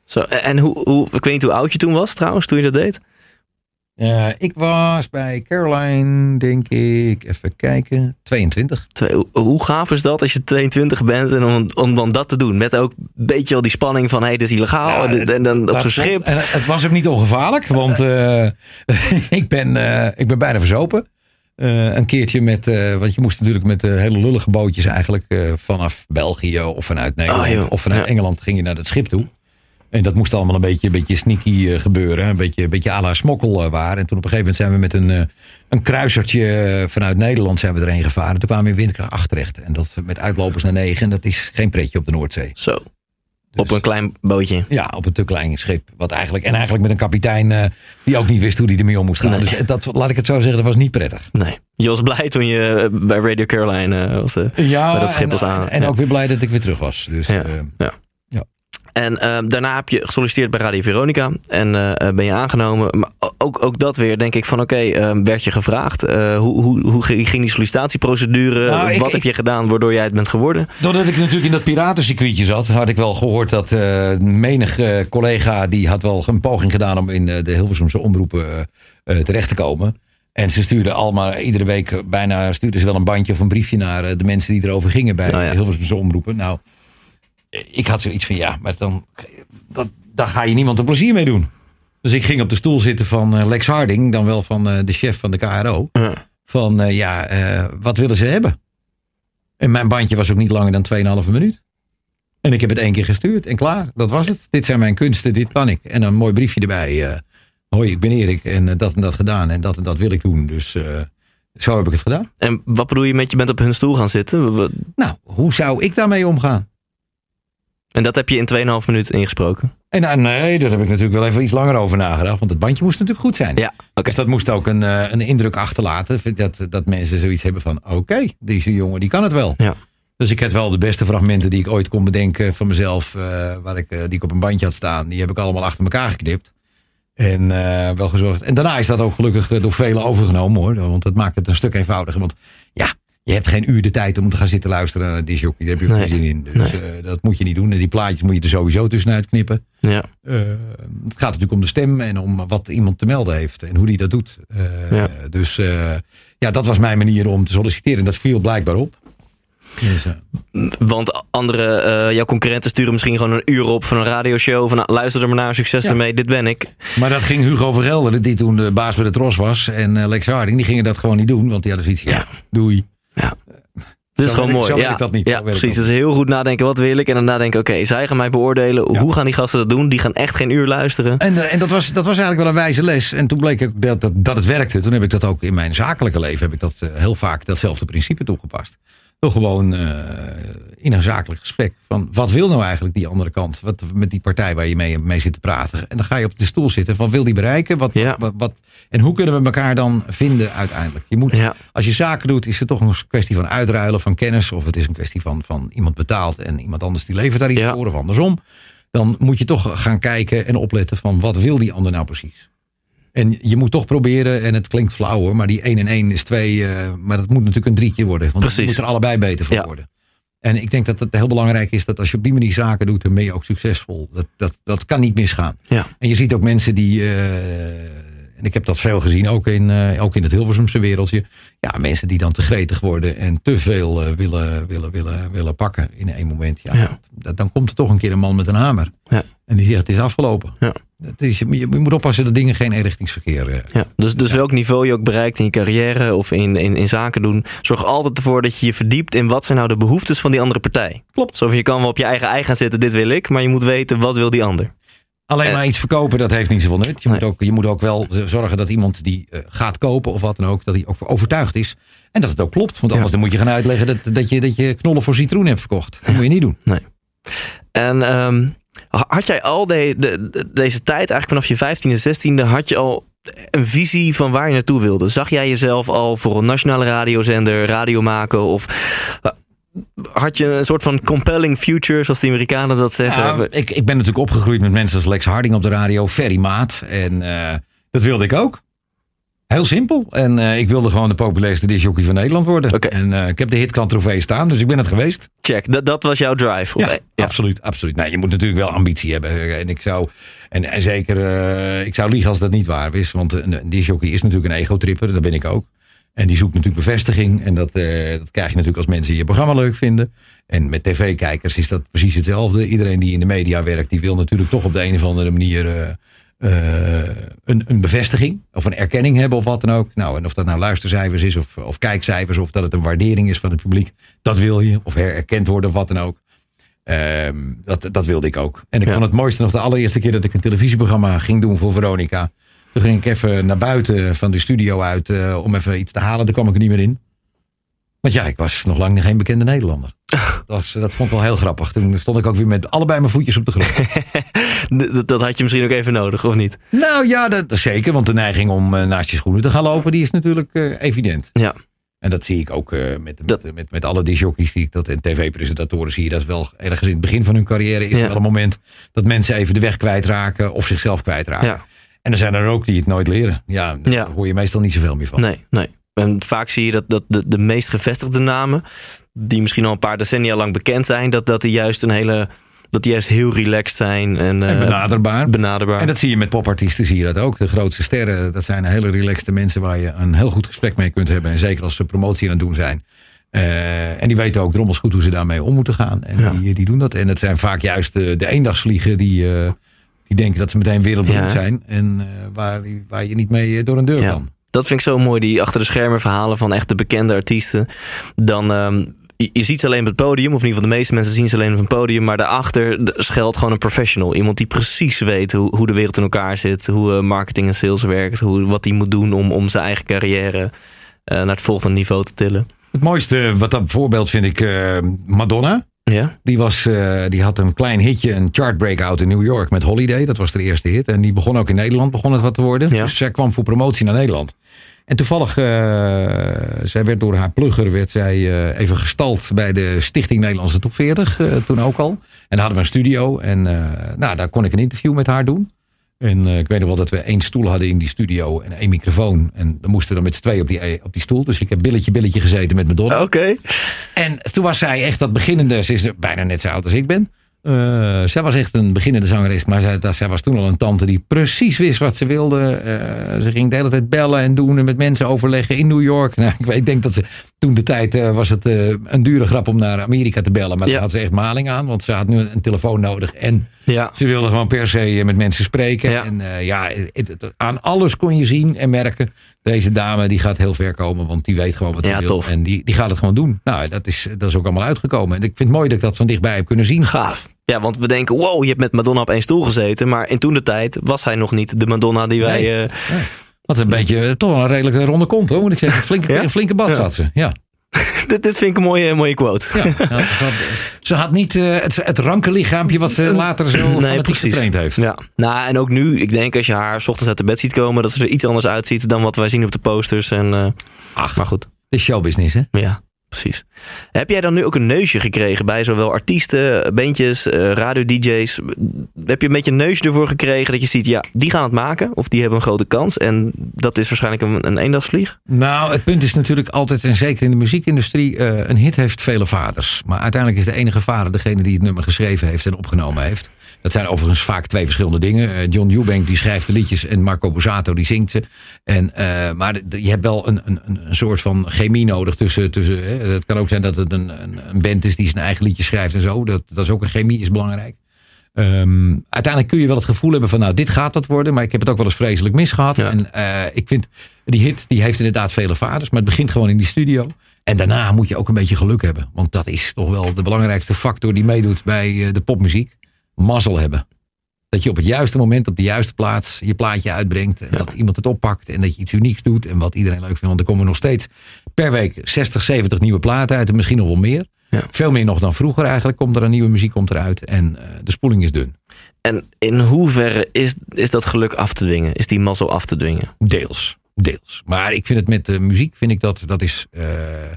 Zo, en hoe, hoe, ik weet niet hoe oud je toen was trouwens, toen je dat deed. Uh, ik was bij Caroline, denk ik, even kijken, tweeëntwintig. Twee, hoe gaaf is dat als je tweeëntwintig bent en om, om dan dat te doen? Met ook een beetje al die spanning van, hé, hey, dit is illegaal. Ja, en, en dan op zo'n schip. En het was ook niet ongevaarlijk, want uh, ik, ben, uh, ik ben bijna verzopen. Uh, een keertje met, uh, want je moest natuurlijk met uh, hele lullige bootjes eigenlijk uh, vanaf België of vanuit Nederland oh, of vanuit ja. Engeland ging je naar het schip toe. En dat moest allemaal een beetje, een beetje sneaky uh, gebeuren. Een beetje, een beetje à la smokkel uh, waren. En toen op een gegeven moment zijn we met een, uh, een kruisertje uh, vanuit Nederland zijn we erheen gevaren. Toen kwamen we in windkracht acht terecht. En dat met uitlopers naar negen. En dat is geen pretje op de Noordzee. Zo. Dus, op een klein bootje. Ja, op een te klein schip. Wat eigenlijk, en eigenlijk met een kapitein uh, die ook niet wist hoe hij ermee om moest gaan. Nee. Dus dat, laat ik het zo zeggen, dat was niet prettig. Nee. Je was blij toen je bij Radio Caroline uh, was, uh, ja, bij dat schip en, was aan. En ja. ook weer blij dat ik weer terug was. Dus, ja. Uh, ja. En uh, daarna heb je gesolliciteerd bij Radio Veronica en uh, ben je aangenomen. Maar ook, ook dat weer, denk ik van oké, okay, uh, werd je gevraagd. Uh, hoe, hoe, hoe ging die sollicitatieprocedure? Nou, Wat ik, heb je gedaan waardoor jij het bent geworden? Doordat ik natuurlijk in dat piratencircuitje zat, had ik wel gehoord dat uh, menig uh, collega die had wel een poging gedaan om in uh, de Hilversumse omroepen uh, uh, terecht te komen. En ze stuurden allemaal, iedere week bijna stuurden ze wel een bandje of een briefje naar uh, de mensen die erover gingen bij nou ja. de Hilversumse omroepen. Nou, ik had zoiets van, ja, maar dan, dat, daar ga je niemand een plezier mee doen. Dus ik ging op de stoel zitten van uh, Lex Harding, dan wel van uh, de chef van de K R O. Ja. Van, uh, ja, uh, wat willen ze hebben? En mijn bandje was ook niet langer dan twee en een halve minuut. En ik heb het één keer gestuurd en klaar, dat was het. Dit zijn mijn kunsten, dit kan ik. En een mooi briefje erbij. Uh, hoi, ik ben Erik en uh, dat en dat gedaan en dat en dat wil ik doen. Dus uh, zo heb ik het gedaan. En wat bedoel je met je bent op hun stoel gaan zitten? Wat... Nou, hoe zou ik daarmee omgaan? En dat heb je in twee en een half minuten ingesproken? En, nou, nee, daar heb ik natuurlijk wel even iets langer over nagedacht. Want het bandje moest natuurlijk goed zijn. Ja, okay. Dus dat moest ook een, een indruk achterlaten. Dat, dat mensen zoiets hebben van, oké, okay, deze jongen die kan het wel. Ja. Dus ik heb wel de beste fragmenten die ik ooit kon bedenken van mezelf. Uh, waar ik, uh, die ik op een bandje had staan. Die heb ik allemaal achter elkaar geknipt. En uh, wel gezorgd. En daarna is dat ook gelukkig door velen overgenomen hoor. Want dat maakt het een stuk eenvoudiger. Want ja... Je hebt geen uur de tijd om te gaan zitten luisteren naar een discjockey. Daar heb je ook geen zin in. Dus nee. uh, dat moet je niet doen. En die plaatjes moet je er sowieso tussenuit knippen. Ja. Uh, het gaat natuurlijk om de stem en om wat iemand te melden heeft. En hoe die dat doet. Uh, ja. Dus uh, ja, dat was mijn manier om te solliciteren. En dat viel blijkbaar op. Dus, uh. Want andere, uh, jouw concurrenten sturen misschien gewoon een uur op van een radioshow. Van nou, luister er maar naar, succes ja. ermee, dit ben ik. Maar dat ging Hugo Vergelder, die toen de baas bij de Tros was. En uh, Lex Harding, die gingen dat gewoon niet doen. Want die hadden zoiets, ja, doei. Ja. Dat is gewoon ik, mooi. Ja, dat niet. ja precies. Dat is heel goed nadenken. Wat wil ik? En dan nadenken, oké, okay, zij gaan mij beoordelen. Ja. Hoe gaan die gasten dat doen? Die gaan echt geen uur luisteren. En, uh, en dat, was, dat was eigenlijk wel een wijze les. En toen bleek ook dat, dat, dat het werkte. Toen heb ik dat ook in mijn zakelijke leven. Heb ik dat uh, heel vaak datzelfde principe toegepast. Door gewoon uh, in een zakelijk gesprek. Van wat wil nou eigenlijk die andere kant? Wat, met die partij waar je mee, mee zit te praten. En dan ga je op de stoel zitten. Van wil die bereiken? Wat, ja. wat, wat, en hoe kunnen we elkaar dan vinden uiteindelijk? Je moet, ja. Als je zaken doet, is het toch een kwestie van uitruilen van kennis. Of het is een kwestie van, van iemand betaalt en iemand anders die levert daar iets ja. voor. Of andersom. Dan moet je toch gaan kijken en opletten van wat wil die ander nou precies? En je moet toch proberen, en het klinkt flauw hoor, maar die één en één is twee. Uh, maar dat moet natuurlijk een drietje worden. Want je moet er allebei beter voor ja. worden. En ik denk dat het heel belangrijk is dat als je op die manier zaken doet, dan ben je ook succesvol. Dat, dat, dat kan niet misgaan. Ja. En je ziet ook mensen die, uh, en ik heb dat veel gezien, ook in, uh, ook in het Hilversumse wereldje. Ja, mensen die dan te gretig worden en te veel uh, willen, willen, willen, willen pakken in één moment. Ja, ja. Dat, dan komt er toch een keer een man met een hamer. Ja. En die zegt, het is afgelopen. Ja. Het is, je, je moet oppassen dat dingen geen eenrichtingsverkeer... Uh, ja, dus dus ja. welk niveau je ook bereikt in je carrière of in, in, in zaken doen. Zorg altijd ervoor dat je je verdiept in wat zijn nou de behoeftes van die andere partij. Klopt. Zo van, je kan wel op je eigen ei gaan zitten, dit wil ik. Maar je moet weten, wat wil die ander. Alleen en, maar iets verkopen, dat heeft niet zoveel nut. Je, nee. moet ook, je moet ook wel zorgen dat iemand die uh, gaat kopen of wat dan ook, dat hij ook overtuigd is. En dat het ook klopt. Want anders ja. dan moet je gaan uitleggen dat, dat, je, dat je knollen voor citroen hebt verkocht. Dat ja. moet je niet doen. Nee. En... Um, had jij al de, de, de, deze tijd, eigenlijk vanaf je vijftiende, zestiende, had je al een visie van waar je naartoe wilde? Zag jij jezelf al voor een nationale radiozender radio maken? Of had je een soort van compelling future, zoals de Amerikanen dat zeggen? Ja, ik, ik ben natuurlijk opgegroeid met mensen als Lex Harding op de radio, Ferry Maat. En uh, dat wilde ik ook. Heel simpel. En uh, ik wilde gewoon de populairste discjockey van Nederland worden. Okay. En uh, ik heb de Hitkrant trofee staan, dus ik ben het geweest. Check, dat, dat was jouw drive? Of, ja, ja, absoluut. absoluut. Nee, je moet natuurlijk wel ambitie hebben. En ik zou, en, en zeker, uh, ik zou liegen als dat niet waar is. Want een, een discjockey is natuurlijk een egotripper, dat ben ik ook. En die zoekt natuurlijk bevestiging. En dat, uh, dat krijg je natuurlijk als mensen je programma leuk vinden. En met tv-kijkers is dat precies hetzelfde. Iedereen die in de media werkt, die wil natuurlijk toch op de een of andere manier Uh, Uh, een, een bevestiging of een erkenning hebben of wat dan ook. Nou, en of dat nou luistercijfers is of, of kijkcijfers of dat het een waardering is van het publiek, dat wil je. Of herkend worden of wat dan ook. Uh, dat, dat wilde ik ook. En ik ja. vond het mooiste nog de allereerste keer dat ik een televisieprogramma ging doen voor Veronica. Toen ging ik even naar buiten van de studio uit uh, om even iets te halen. Daar kwam ik er niet meer in. Want ja, ik was nog lang geen bekende Nederlander. Dat, was, dat vond ik wel heel grappig. Toen stond ik ook weer met allebei mijn voetjes op de grond. dat, dat had je misschien ook even nodig, of niet? Nou ja, dat, zeker. Want de neiging om uh, naast je schoenen te gaan lopen, die is natuurlijk uh, evident. Ja. En dat zie ik ook uh, met, met, met, met, met alle discjockeys die ik dat en tv-presentatoren zie je dat wel ergens in het begin van hun carrière is ja. er wel een moment dat mensen even de weg kwijtraken of zichzelf kwijtraken. Ja. En er zijn er ook die het nooit leren. Ja, daar ja. hoor je meestal niet zoveel meer van. Nee, nee. En vaak zie je dat, dat de, de meest gevestigde namen, die misschien al een paar decennia lang bekend zijn, dat, dat die juist een hele, dat die juist heel relaxed zijn. En, en benaderbaar. Uh, benaderbaar. En dat zie je met popartiesten, zie je dat ook. De grootste sterren, dat zijn hele relaxte mensen waar je een heel goed gesprek mee kunt hebben. En zeker als ze promotie aan het doen zijn. Uh, en die weten ook drommels goed hoe ze daarmee om moeten gaan. En ja. die, die doen dat. En het zijn vaak juist de, de eendagsvliegen die, uh, die denken dat ze meteen wereldberoemd ja. zijn. En uh, waar, waar je niet mee door een deur ja. kan. Dat vind ik zo mooi, die achter de schermen verhalen van echte bekende artiesten. Dan, um, je, je ziet ze alleen op het podium, of in ieder geval de meeste mensen zien ze alleen op het podium. Maar daarachter schuilt gewoon een professional. Iemand die precies weet hoe, hoe de wereld in elkaar zit. Hoe uh, marketing en sales werkt. Hoe, wat hij moet doen om, om zijn eigen carrière uh, naar het volgende niveau te tillen. Het mooiste, wat dat voorbeeld vind ik, uh, Madonna. Ja? Die, was, uh, die had een klein hitje, een chart breakout in New York met Holiday. Dat was de eerste hit. En die begon ook in Nederland, begon het wat te worden. Ja. Dus zij kwam voor promotie naar Nederland. En toevallig, uh, zij werd door haar plugger werd zij uh, even gestald bij de Stichting Nederlandse Top veertig. Uh, toen ook al. En daar hadden we een studio. En uh, nou, daar kon ik een interview met haar doen. En uh, ik weet nog wel dat we één stoel hadden in die studio en één microfoon. En dan moesten we dan met z'n tweeën op die, op die stoel. Dus ik heb billetje billetje gezeten met Madonna. Oké. Okay. En toen was zij echt dat beginnende, ze is bijna net zo oud als ik ben. Uh, zij was echt een beginnende zangeres, maar zij, dat, zij was toen al een tante die precies wist wat ze wilde. Uh, ze ging de hele tijd bellen en doen en met mensen overleggen in New York. Nou, ik, weet, ik denk dat ze toen de tijd uh, was het uh, een dure grap om naar Amerika te bellen. Maar ja. daar had ze echt maling aan, want ze had nu een telefoon nodig. En ja. ze wilde gewoon per se met mensen spreken. Ja. En uh, ja, het, het, aan alles kon je zien en merken. Deze dame die gaat heel ver komen, want die weet gewoon wat ze ja, wil. Tof. En die, die gaat het gewoon doen. Nou, dat is, dat is ook allemaal uitgekomen. En ik vind het mooi dat ik dat van dichtbij heb kunnen zien. Gaaf. Ja, want we denken, wow, je hebt met Madonna op één stoel gezeten. Maar in toen de tijd was hij nog niet de Madonna die wij... Nee, uh, nee. Wat een beetje, toch wel een redelijke ronde kont, hoor, moet ik zeggen. Flinke, ja? flinke bad ja. zat ze, ja. dit, dit vind ik een mooie, mooie quote. Ja, ze, had, ze had niet uh, het, het ranke lichaampje wat ze later zo nee, fanatiek getraind heeft. Ja. Nou, en ook nu, ik denk als je haar 's ochtends uit de bed ziet komen, dat ze er iets anders uitziet dan wat wij zien op de posters. En, uh, Ach, maar goed. Het is showbusiness, hè? Ja. Precies. Heb jij dan nu ook een neusje gekregen bij zowel artiesten, bandjes, uh, radio-D J's? Heb je een beetje een neusje ervoor gekregen dat je ziet, ja, die gaan het maken of die hebben een grote kans en dat is waarschijnlijk een, een eendagsvlieg? Nou, het punt is natuurlijk altijd, en zeker in de muziekindustrie, uh, een hit heeft vele vaders. Maar uiteindelijk is de enige vader degene die het nummer geschreven heeft en opgenomen heeft. Dat zijn overigens vaak twee verschillende dingen. Uh, John Eubank die schrijft de liedjes en Marco Borsato die zingt ze. En, uh, maar de, je hebt wel een, een, een soort van chemie nodig tussen... tussen hè. Het kan ook zijn dat het een, een, een band is die zijn eigen liedjes schrijft en zo. Dat, dat is ook een chemie, is belangrijk. Um, uiteindelijk kun je wel het gevoel hebben van, nou, dit gaat dat worden. Maar ik heb het ook wel eens vreselijk misgehad. Ja. En uh, ik vind, die hit die heeft inderdaad vele vaders. Maar het begint gewoon in die studio. En daarna moet je ook een beetje geluk hebben. Want dat is toch wel de belangrijkste factor die meedoet bij uh, de popmuziek. Mazzel hebben. Dat je op het juiste moment, op de juiste plaats je plaatje uitbrengt. En ja. dat iemand het oppakt en dat je iets unieks doet. En wat iedereen leuk vindt. Want er komen nog steeds per week zestig, zeventig nieuwe platen uit. En misschien nog wel meer. Ja. Veel meer nog dan vroeger eigenlijk. Komt er een nieuwe muziek komt eruit. En uh, de spoeling is dun. En in hoeverre is, is dat geluk af te dwingen? Is die mazzel af te dwingen? Deels. Deels. Maar ik vind het met de muziek, vind ik dat, dat is... Uh,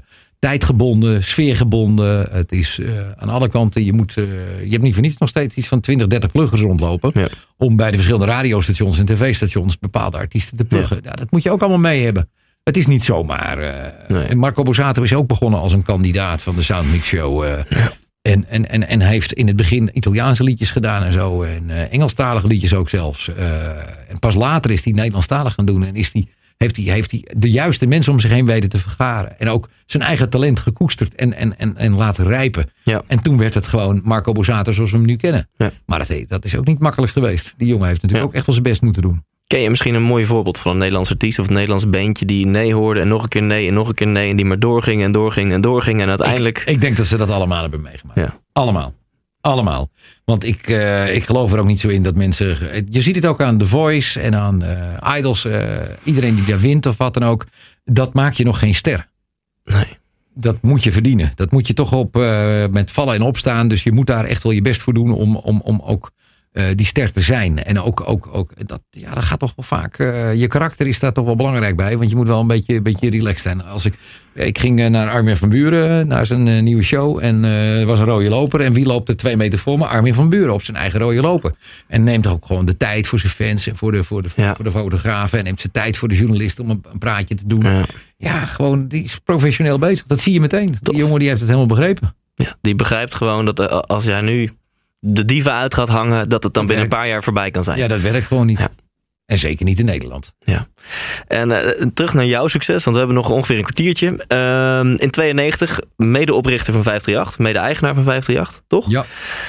tijdgebonden, sfeergebonden. Het is uh, aan alle kanten, je, moet, uh, je hebt niet voor niets nog steeds iets van twintig, dertig pluggers rondlopen. Ja. Om bij de verschillende radiostations en tv-stations bepaalde artiesten te pluggen. Ja. Ja, dat moet je ook allemaal mee hebben. Het is niet zomaar. Uh, nee. En Marco Borsato is ook begonnen als een kandidaat van de Soundmix Show. Uh, ja. En, en, en, en hij heeft in het begin Italiaanse liedjes gedaan en zo. En uh, Engelstalige liedjes ook zelfs. Uh, en pas later is hij Nederlandstalig gaan doen. En is die, heeft hij heeft hij de juiste mensen om zich heen weten te vergaren. En ook zijn eigen talent gekoesterd en, en, en, en laten rijpen. Ja. En toen werd het gewoon Marco Borsato zoals we hem nu kennen. Ja. Maar dat, dat is ook niet makkelijk geweest. Die jongen heeft natuurlijk ja. ook echt wel zijn best moeten doen. Ken je misschien een mooi voorbeeld van een Nederlands artiest of een Nederlands bandje die nee hoorde en nog een keer nee en nog een keer nee en die maar doorging en doorging en doorging en uiteindelijk... Ik, ik denk dat ze dat allemaal hebben meegemaakt. Ja. Allemaal. Allemaal. Want ik, uh, ik geloof er ook niet zo in dat mensen... Je ziet het ook aan The Voice en aan uh, Idols. Uh, iedereen die daar wint of wat dan ook. Dat maakt je nog geen ster. Nee. Dat moet je verdienen. Dat moet je toch op uh, met vallen en opstaan. Dus je moet daar echt wel je best voor doen om, om, om ook... Uh, die ster te zijn. En ook, ook, ook dat, ja, dat gaat toch wel vaak. Uh, je karakter is daar toch wel belangrijk bij. Want je moet wel een beetje, een beetje relaxed zijn. Als ik, ik ging uh, naar Armin van Buuren, naar zijn uh, nieuwe show. En uh, er was een rode loper. En wie loopt er twee meter voor me? Armin van Buuren op zijn eigen rode loper. En neemt ook gewoon de tijd voor zijn fans en voor de, voor de, ja. voor de fotografen. En neemt zijn tijd voor de journalisten om een, een praatje te doen. Ja. ja, gewoon, die is professioneel bezig. Dat zie je meteen. Die Tof. jongen die heeft het helemaal begrepen. Ja, die begrijpt gewoon dat uh, als jij nu de diva uit gaat hangen, dat het dan dat binnen werkt. een paar jaar voorbij kan zijn. Ja, dat werkt gewoon niet. Ja. En zeker niet in Nederland. Ja. En uh, terug naar jouw succes, want we hebben nog ongeveer een kwartiertje. Uh, in tweeënnegentig, medeoprichter van vijf drie acht, mede-eigenaar van vijf drie acht, toch? Ja.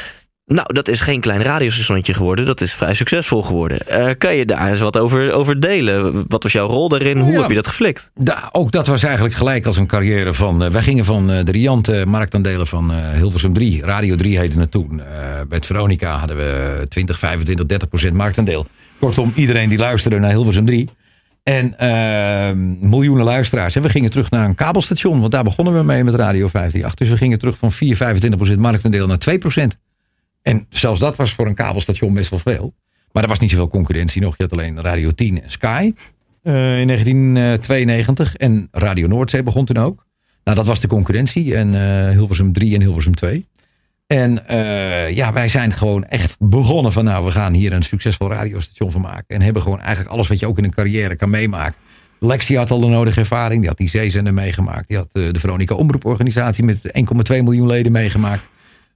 Nou, dat is geen klein radiostationnetje geworden. Dat is vrij succesvol geworden. Uh, kan je daar eens wat over, over delen? Wat was jouw rol daarin? Hoe ja, heb je dat geflikt? Da, ook dat was eigenlijk gelijk als een carrière van... Uh, wij gingen van uh, de riante marktaandelen van uh, Hilversum drie. Radio drie heette het toen. Uh, bij het Veronica hadden we twintig, vijfentwintig, dertig procent marktaandeel. Kortom, iedereen die luisterde naar Hilversum drie. En uh, miljoenen luisteraars. En we gingen terug naar een kabelstation. Want daar begonnen we mee met Radio vijf drie acht. Dus we gingen terug van vier, vijfentwintig procent marktaandeel naar twee procent. En zelfs dat was voor een kabelstation best wel veel. Maar er was niet zoveel concurrentie nog. Je had alleen Radio tien en Sky uh, in negentien tweeënnegentig. En Radio Noordzee begon toen ook. Nou, dat was de concurrentie. En uh, Hilversum drie en Hilversum twee. En uh, ja, wij zijn gewoon echt begonnen van... nou, we gaan hier een succesvol radiostation van maken. En hebben gewoon eigenlijk alles wat je ook in een carrière kan meemaken. Lex die had al de nodige ervaring. Die had die zeezender meegemaakt. Die had uh, de Veronica Omroeporganisatie met één komma twee miljoen leden meegemaakt.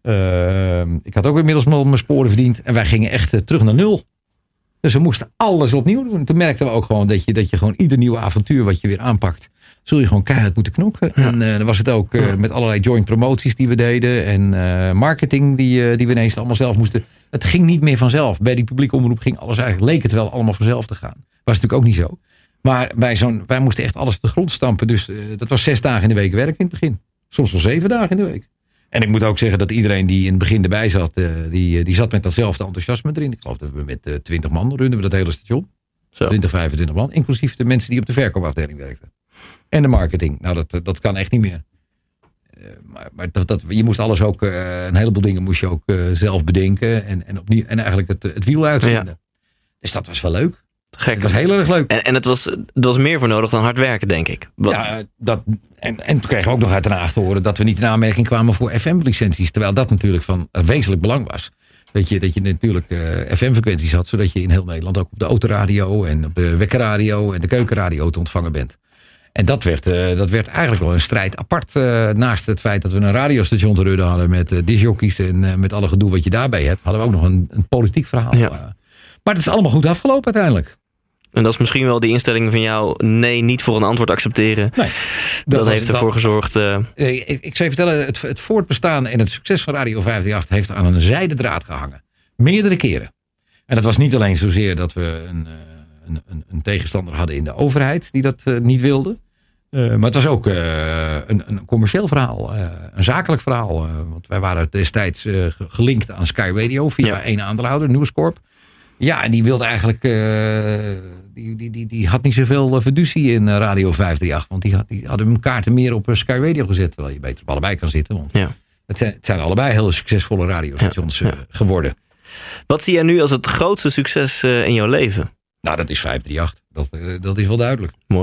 Uh, ik had ook inmiddels mijn sporen verdiend. En wij gingen echt uh, terug naar nul. Dus we moesten alles opnieuw doen. Toen merkten we ook gewoon dat je, dat je gewoon ieder nieuwe avontuur wat je weer aanpakt... zul je gewoon keihard moeten knokken. Ja. En uh, dan was het ook uh, met allerlei joint promoties die we deden. En uh, marketing die, uh, die we ineens allemaal zelf moesten. Het ging niet meer vanzelf. Bij die publieke omroep ging alles eigenlijk... leek het wel allemaal vanzelf te gaan. Was natuurlijk ook niet zo. Maar bij zo'n, wij moesten echt alles op de grond stampen. Dus uh, dat was zes dagen in de week werk in het begin. Soms wel zeven dagen in de week. En ik moet ook zeggen dat iedereen die in het begin erbij zat... Uh, die, die zat met datzelfde enthousiasme erin. Ik geloof dat we met uh, twintig man runden we dat hele station. Zo. twintig, vijfentwintig man. Inclusief de mensen die op de verkoopafdeling werkten. En de marketing. Nou, dat, dat kan echt niet meer. Uh, maar maar dat, dat, je moest alles ook... Uh, een heleboel dingen moest je ook uh, zelf bedenken. En, en, opnieuw, en eigenlijk het, het wiel uitvinden. Ja. Dus dat was wel leuk. Gek. Het was heel erg leuk. En, en het was, er was meer voor nodig dan hard werken, denk ik. Wat... Ja, dat, en, en toen kregen we ook nog uit Den Haag te horen... dat we niet in aanmerking kwamen voor F M-licenties. Terwijl dat natuurlijk van wezenlijk belang was. Dat je, dat je natuurlijk uh, F M-frequenties had... zodat je in heel Nederland ook op de autoradio... en op de wekkerradio en de keukenradio te ontvangen bent. En dat werd, uh, dat werd eigenlijk wel een strijd apart. Uh, naast het feit dat we een radiostation te runnen hadden... met uh, discjockeys en uh, met alle gedoe wat je daarbij hebt... hadden we ook nog een, een politiek verhaal. Ja. Uh, maar het is allemaal goed afgelopen uiteindelijk. En dat is misschien wel die instelling van jou... nee, niet voor een antwoord accepteren. Nee, dat, dat heeft ervoor dat, gezorgd... Uh... Ik, ik zou je vertellen, het, het voortbestaan en het succes van Radio vijf drie acht... heeft aan een zijden draad gehangen. Meerdere keren. En dat was niet alleen zozeer dat we een, een, een, een tegenstander hadden in de overheid... die dat uh, niet wilde. Uh, maar het was ook uh, een, een commercieel verhaal. Uh, een zakelijk verhaal. Uh, want wij waren destijds uh, gelinkt aan Sky Radio... via ja. één aandeelhouder, News Corp. Ja, en die wilde eigenlijk... Uh, die, die, die, die had niet zoveel fiducie in Radio vijf drie acht. Want die, had, die hadden hun kaarten meer op Sky Radio gezet. Terwijl je beter op allebei kan zitten. Want ja. het, zijn, het zijn allebei heel succesvolle radiostations ja, ja. uh, geworden. Wat zie jij nu als het grootste succes uh, in jouw leven? Nou, dat is vijf drie acht. Dat, uh, dat is wel duidelijk. Mooi.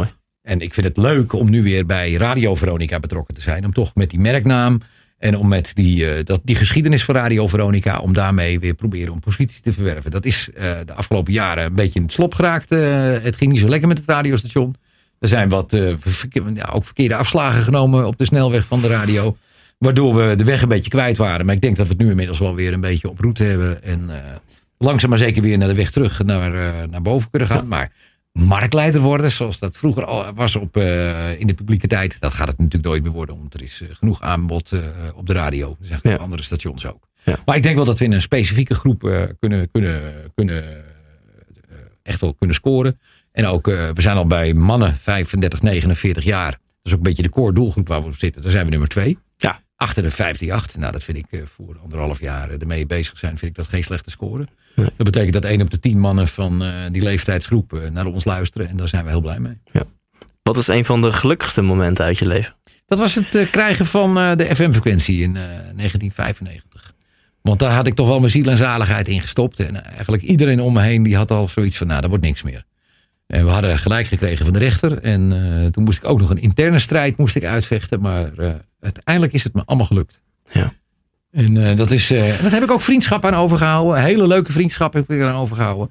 En ik vind het leuk om nu weer bij Radio Veronica betrokken te zijn. Om toch met die merknaam en om met die, uh, dat, die geschiedenis van Radio Veronica, om daarmee weer proberen om positie te verwerven. Dat is uh, de afgelopen jaren een beetje in het slop geraakt. Uh, het ging niet zo lekker met het radiostation. Er zijn wat uh, verkeer, ja, ook verkeerde afslagen genomen op de snelweg van de radio. Waardoor we de weg een beetje kwijt waren. Maar ik denk dat we het nu inmiddels wel weer een beetje op route hebben. En uh, langzaam maar zeker weer naar de weg terug naar, uh, naar boven kunnen gaan. Maar marktleider worden, zoals dat vroeger al was op, uh, in de publieke tijd. Dat gaat het natuurlijk nooit meer worden. Want er is uh, genoeg aanbod uh, op de radio. Er zijn ja. andere stations ook. Ja. Maar ik denk wel dat we in een specifieke groep uh, kunnen, kunnen, kunnen, uh, echt wel kunnen scoren. En ook, uh, we zijn al bij mannen vijfendertig, negenenveertig jaar. Dat is ook een beetje de core doelgroep waar we op zitten. Daar zijn we nummer twee. Ja. Achter de vijftien-acht. Nou, dat vind ik uh, voor anderhalf jaar uh, ermee bezig zijn, vind ik dat geen slechte score. Nee. Dat betekent dat één op de tien mannen van uh, die leeftijdsgroep uh, naar ons luisteren. En daar zijn we heel blij mee. Ja. Wat is een van de gelukkigste momenten uit je leven? Dat was het uh, krijgen van uh, de F M-frequentie in uh, negentien vijfennegentig. Want daar had ik toch wel mijn ziel en zaligheid in gestopt. En uh, eigenlijk iedereen om me heen die had al zoiets van, nou, dat wordt niks meer. En we hadden gelijk gekregen van de rechter. En uh, toen moest ik ook nog een interne strijd moest ik uitvechten. Maar uh, uiteindelijk is het me allemaal gelukt. Ja. En uh, dat, is, uh, dat heb ik ook vriendschap aan overgehouden. Hele leuke vriendschap heb ik eraan overgehouden.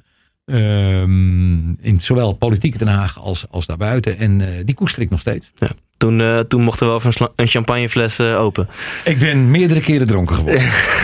Um, in zowel politiek Den Haag als, als daarbuiten. En uh, die koester ik nog steeds. Ja. Toen, uh, toen mochten we wel even een champagnefles uh, open. Ik ben meerdere keren dronken geworden.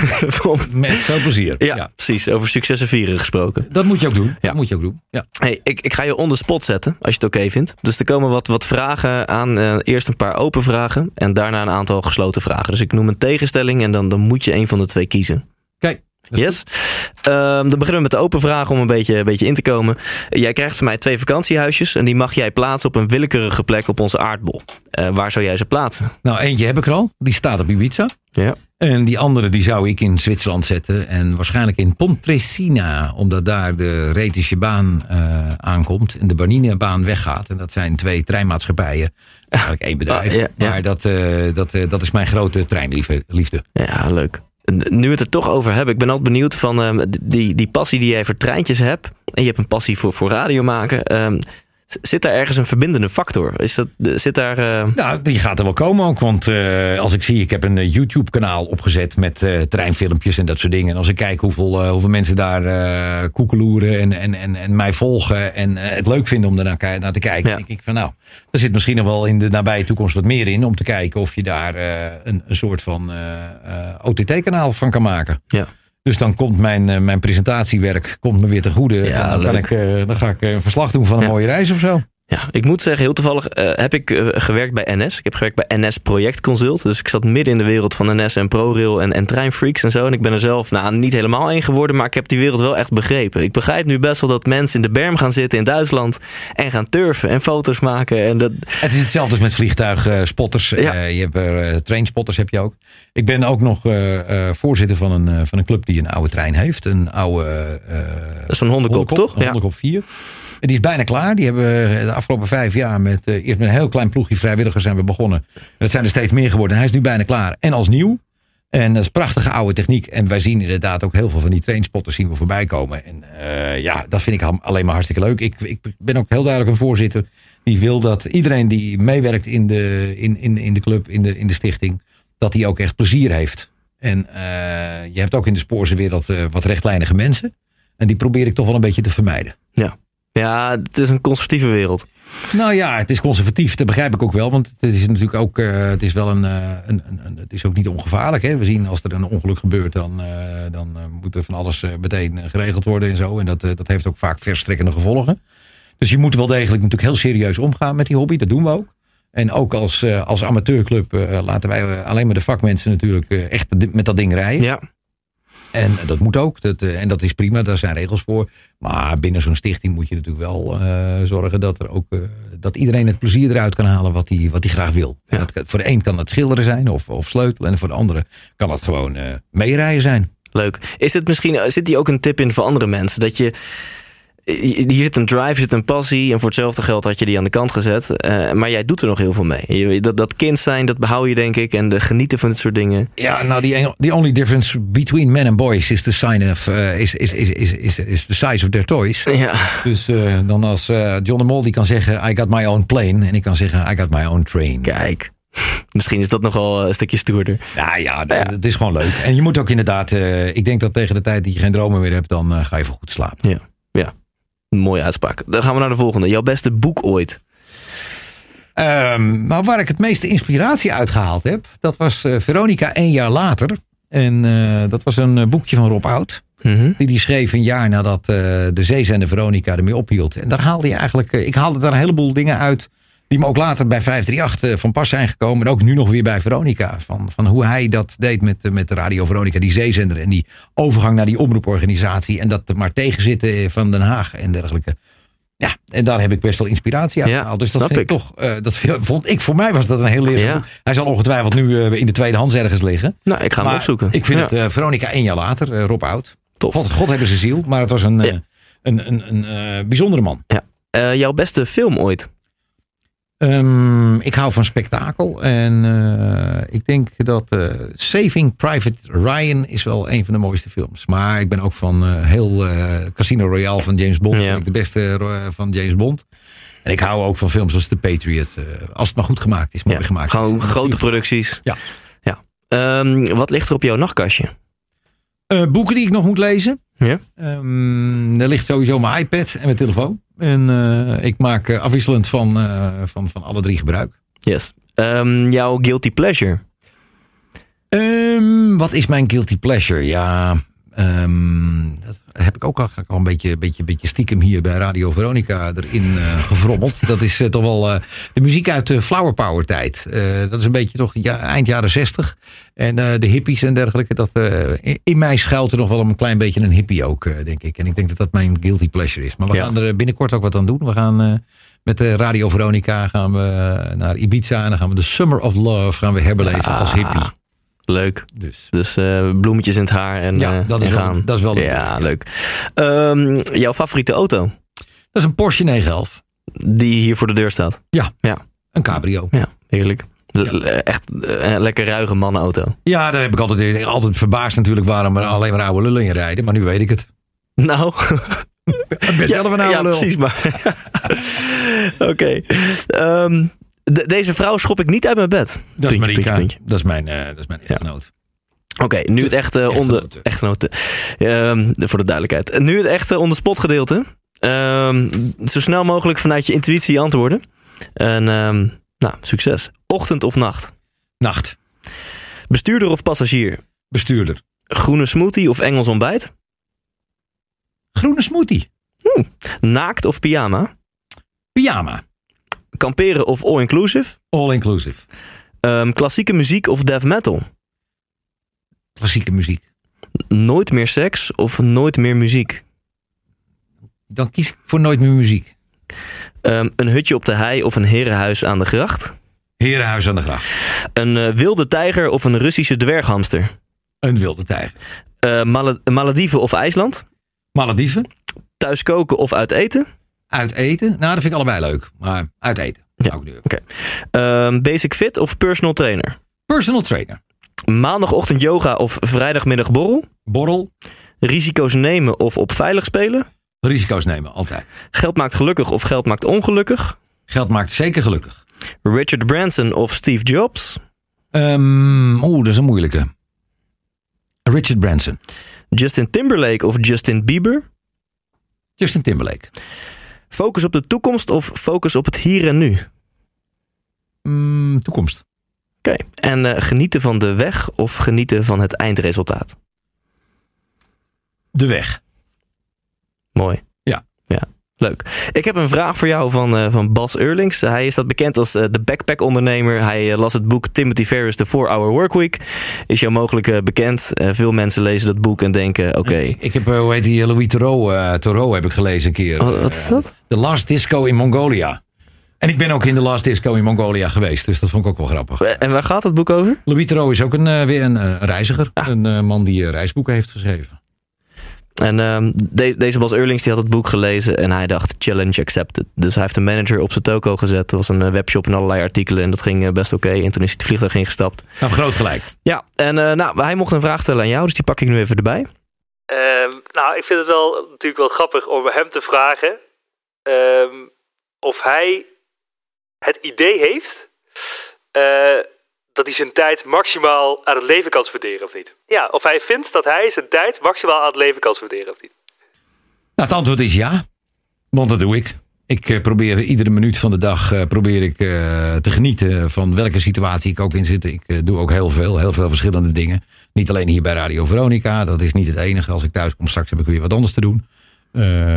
Met veel plezier. Ja, ja, precies. Over successen vieren gesproken. Dat moet je ook doen. Ja. Dat moet je ook doen. Ja. Hey, ik, ik ga je on the spot zetten, als je het oké okay vindt. Dus er komen wat, wat vragen aan. Uh, eerst een paar open vragen. En daarna een aantal gesloten vragen. Dus ik noem een tegenstelling. En dan, dan moet je een van de twee kiezen. Kijk. Yes. Um, dan beginnen we met de open vraag om een beetje, een beetje in te komen. Jij krijgt van mij twee vakantiehuisjes en die mag jij plaatsen op een willekeurige plek op onze aardbol. Uh, waar zou jij ze plaatsen? Nou, eentje heb ik er al. Die staat op Ibiza. Ja. En die andere die zou ik in Zwitserland zetten. En waarschijnlijk in Pontresina. Omdat daar de Retische baan uh, aankomt. En de Bernina-baan weggaat. En dat zijn twee treinmaatschappijen. Eigenlijk één bedrijf. Ah, ja, ja. Maar dat, uh, dat, uh, dat is mijn grote treinliefde. Ja, leuk. Nu we het er toch over hebben, ik ben altijd benieuwd van uh, die, die passie die jij voor treintjes hebt. En je hebt een passie voor, voor radio maken. Um, zit daar ergens een verbindende factor? Is dat, zit daar, uh... Nou, die gaat er wel komen ook. Want uh, als ik zie, ik heb een uh, YouTube kanaal opgezet met uh, treinfilmpjes en dat soort dingen. En als ik kijk hoeveel, uh, hoeveel mensen daar uh, koekeloeren en, en, en, en mij volgen. En uh, het leuk vinden om er naar, naar te kijken. Ja. denk ik van nou, er zit misschien nog wel in de nabije toekomst wat meer in. Om te kijken of je daar uh, een, een soort van uh, uh, O T T-kanaal van kan maken. Ja. Dus dan komt mijn, uh, mijn presentatiewerk komt me weer ten goede. Ja, en dan, kan ik, uh, dan ga ik uh, een verslag doen van een ja. mooie reis of zo. Ja, ik moet zeggen, heel toevallig uh, heb ik uh, gewerkt bij N S. Ik heb gewerkt bij N S Project Consult. Dus ik zat midden in de wereld van N S en ProRail en, en treinfreaks en zo. En ik ben er zelf nou, niet helemaal in geworden, maar ik heb die wereld wel echt begrepen. Ik begrijp nu best wel dat mensen in de berm gaan zitten in Duitsland en gaan turfen en foto's maken. En dat... Het is hetzelfde als met vliegtuigspotters. Ja. Uh, je hebt uh, trainspotters heb je ook. Ik ben ook nog uh, uh, voorzitter van een, uh, van een club die een oude trein heeft. Een oude... Uh, dat is een hondenkop, toch? Een hondenkop vier. En die is bijna klaar. Die hebben de afgelopen vijf jaar met uh, eerst met een heel klein ploegje vrijwilligers zijn we begonnen. Dat zijn er steeds meer geworden. En hij is nu bijna klaar. En als nieuw. En dat is prachtige oude techniek. En wij zien inderdaad ook heel veel van die trainspotters zien we voorbij komen. En uh, ja, dat vind ik alleen maar hartstikke leuk. Ik, ik ben ook heel duidelijk een voorzitter die wil dat iedereen die meewerkt in de, in, in, in de club, in de, in de stichting, dat die ook echt plezier heeft. En uh, je hebt ook in de spoorse wereld uh, wat rechtlijnige mensen. En die probeer ik toch wel een beetje te vermijden. Ja. Ja, het is een conservatieve wereld. Nou ja, het is conservatief, dat begrijp ik ook wel. Want het is natuurlijk ook, uh, het is wel een, uh, een, een, een, het is ook niet ongevaarlijk. Hè? We zien als er een ongeluk gebeurt, dan, uh, dan uh, moet er van alles uh, meteen uh, geregeld worden en zo. En dat, uh, dat heeft ook vaak verstrekkende gevolgen. Dus je moet wel degelijk natuurlijk heel serieus omgaan met die hobby. Dat doen we ook. En ook als, uh, als amateurclub uh, laten wij uh, alleen maar de vakmensen natuurlijk uh, echt met dat ding rijden. Ja. En dat moet ook. Dat, uh, en dat is prima, daar zijn regels voor. Maar binnen zo'n stichting moet je natuurlijk wel uh, zorgen dat er ook uh, dat iedereen het plezier eruit kan halen wat hij wat hij graag wil. Ja. Dat, voor de een kan het schilderen zijn of, of sleutelen. En voor de andere kan het gewoon uh, meerijden zijn. Leuk. Is het misschien, zit hier ook een tip in voor andere mensen? Dat je Hier zit een drive, hier zit een passie. En voor hetzelfde geld had je die aan de kant gezet. Uh, maar jij doet er nog heel veel mee. Je, dat, dat kind zijn, dat behoud je denk ik. En de genieten van dit soort dingen. Ja, nou, the, the only difference between men and boys is the sign of uh, is, is, is, is, is, is the size of their toys. Ja. Dus uh, dan als uh, John de Mol die kan zeggen, I got my own plane. En ik kan zeggen, I got my own train. Kijk. Misschien is dat nogal een stukje stoerder. Nou ja, ja, het is gewoon leuk. En je moet ook inderdaad, uh, ik denk dat tegen de tijd dat je geen dromen meer hebt, dan uh, ga je voor goed slapen. Ja, ja. Een mooie uitspraak. Dan gaan we naar de volgende. Jouw beste boek ooit? Um, maar waar ik het meeste inspiratie uitgehaald heb, dat was uh, Veronica één jaar later. En uh, dat was een uh, boekje van Rob Oud. Mm-hmm. Die die schreef een jaar nadat uh, de zeezender Veronica ermee ophield. En daar haalde je eigenlijk, uh, ik haalde daar een heleboel dingen uit die me ook later bij vijf drie acht uh, van pas zijn gekomen. En ook nu nog weer bij Veronica. Van, van hoe hij dat deed met, uh, met de Radio Veronica, die zeezender. En die overgang naar die omroeporganisatie. En dat er maar tegenzitten van Den Haag en dergelijke. Ja, en daar heb ik best wel inspiratie uit gehaald. Ja, dus dat vind ik, ik toch, uh, dat vond ik, voor mij was dat een heel leerzaam ja. boek. Hij zal ongetwijfeld nu uh, in de tweedehands ergens liggen. Nou, ik ga hem maar opzoeken. Ik vind ja. het uh, Veronica één jaar later, uh, Rob Oud. Tof. God, God hebben ze ziel, maar het was een, ja. uh, een, een, een uh, bijzondere man. Ja. Uh, jouw beste film ooit? Um, ik hou van spektakel. En uh, ik denk dat uh, Saving Private Ryan is wel een van de mooiste films. Maar ik ben ook van uh, heel uh, Casino Royale van James Bond. Ja. De beste uh, van James Bond. En ik hou ook van films zoals The Patriot. Uh, als het maar goed gemaakt is, mooi ja. gemaakt. Gewoon grote producties. Ja. ja. Um, wat ligt er op jouw nachtkastje? Uh, boeken die ik nog moet lezen. Ja. Um, er ligt sowieso mijn iPad en mijn telefoon. En uh, ik maak uh, afwisselend van, uh, van, van alle drie gebruik. Yes. Um, jouw guilty pleasure? Um, wat is mijn guilty pleasure? Ja, um, dat heb ik ook al, al een beetje, beetje, beetje stiekem hier bij Radio Veronica erin uh, gevrommeld. Dat is uh, toch wel uh, de muziek uit de Flower Power tijd. Uh, dat is een beetje toch ja, eind jaren zestig. En uh, de hippies en dergelijke. Dat, uh, in, in mij schuilt er nog wel een klein beetje een hippie ook, uh, denk ik. En ik denk dat dat mijn guilty pleasure is. Maar we ja. gaan er binnenkort ook wat aan doen. We gaan uh, met de Radio Veronica gaan we naar Ibiza. En dan gaan we de Summer of Love gaan we herbeleven ah. als hippie. Leuk. Dus, dus uh, bloemetjes in het haar en, ja, dat, uh, is en wel, gaan. dat is wel leuk. Ja, leuk. Um, jouw favoriete auto? Dat is een Porsche negen elf. Die hier voor de deur staat? Ja, ja. Een cabrio. Ja, heerlijk. Ja. Echt een uh, lekker ruige mannenauto. Ja, daar heb ik altijd, altijd verbaasd natuurlijk waarom er alleen maar oude lullen in rijden. Maar nu weet ik het. Nou... Ik ben zelf een oude ja, lul. Precies, maar... Oké. Okay. Um, de, deze vrouw schop ik niet uit mijn bed. Dat is Marika. Puntje, puntje. Dat is mijn, uh, dat is mijn echtgenoot. Ja. Oké, okay, nu het echte uh, onder... Echtgenoten. Um, voor de duidelijkheid. Nu het echte uh, on the spot gedeelte. Um, zo snel mogelijk vanuit je intuïtie antwoorden. En um, nou, succes. Ochtend of nacht? Nacht. Bestuurder of passagier? Bestuurder. Groene smoothie of Engels ontbijt? Groene smoothie. Oeh. Naakt of pyjama? Pyjama. Kamperen of all-inclusive? All-inclusive. Um, klassieke muziek of death metal? Klassieke muziek. Nooit meer seks of nooit meer muziek? Dan kies ik voor nooit meer muziek. Um, een hutje op de hei of een herenhuis aan de gracht? Herenhuis aan de gracht. Een uh, wilde tijger of een Russische dwerghamster? Een wilde tijger. Uh, Mal- Malediven of IJsland? Malediven. Thuis koken of uit eten? Uit eten? Nou, dat vind ik allebei leuk. Maar uit eten. Ja. Oké. Okay. Um, basic fit of personal trainer? Personal trainer. Maandagochtend yoga of vrijdagmiddag borrel? Borrel. Risico's nemen of op veilig spelen? Risico's nemen, altijd. Geld maakt gelukkig of geld maakt ongelukkig? Geld maakt zeker gelukkig. Richard Branson of Steve Jobs? Um, Oeh, dat is een moeilijke. Richard Branson. Justin Timberlake of Justin Bieber? Justin Timberlake. Focus op de toekomst of focus op het hier en nu? Mm, toekomst. Oké. Okay. En uh, genieten van de weg of genieten van het eindresultaat? De weg. Mooi. Ja. Ja. Leuk. Ik heb een vraag voor jou van, uh, van Bas Eurlings. Hij is dat bekend als uh, de backpack-ondernemer. Hij uh, las het boek Timothy Ferriss, The four hour Workweek. Is jou mogelijk uh, bekend. Uh, veel mensen lezen dat boek en denken, oké. Okay. Ik, ik heb, uh, hoe heet die, Louis Theroux, uh, Theroux heb ik gelezen een keer. Oh, wat is dat? Uh, The Last Disco in Mongolia. En ik ben ook in The Last Disco in Mongolia geweest. Dus dat vond ik ook wel grappig. En waar gaat het boek over? Louis Theroux is ook een, uh, weer een uh, reiziger. Ah. Een uh, man die uh, reisboeken heeft geschreven. En um, de- deze Bas Eurlings die had het boek gelezen en hij dacht challenge accepted. Dus hij heeft een manager op zijn toko gezet. Er was een webshop en allerlei artikelen en dat ging uh, best oké. Okay. En toen is hij het vliegtuig ingestapt. Nou, groot gelijk. Ja, en uh, nou, hij mocht een vraag stellen aan jou, dus die pak ik nu even erbij. Uh, nou, ik vind het wel natuurlijk wel grappig om hem te vragen uh, of hij het idee heeft uh, dat hij zijn tijd maximaal aan het leven kan spenderen of niet. Ja, of hij vindt dat hij zijn tijd maximaal aan het leven kan spenderen of niet. Nou, het antwoord is ja, want dat doe ik. Ik uh, probeer iedere minuut van de dag uh, probeer ik, uh, te genieten van welke situatie ik ook in zit. Ik uh, doe ook heel veel, heel veel verschillende dingen. Niet alleen hier bij Radio Veronica, dat is niet het enige. Als ik thuis kom straks heb ik weer wat anders te doen. Uh,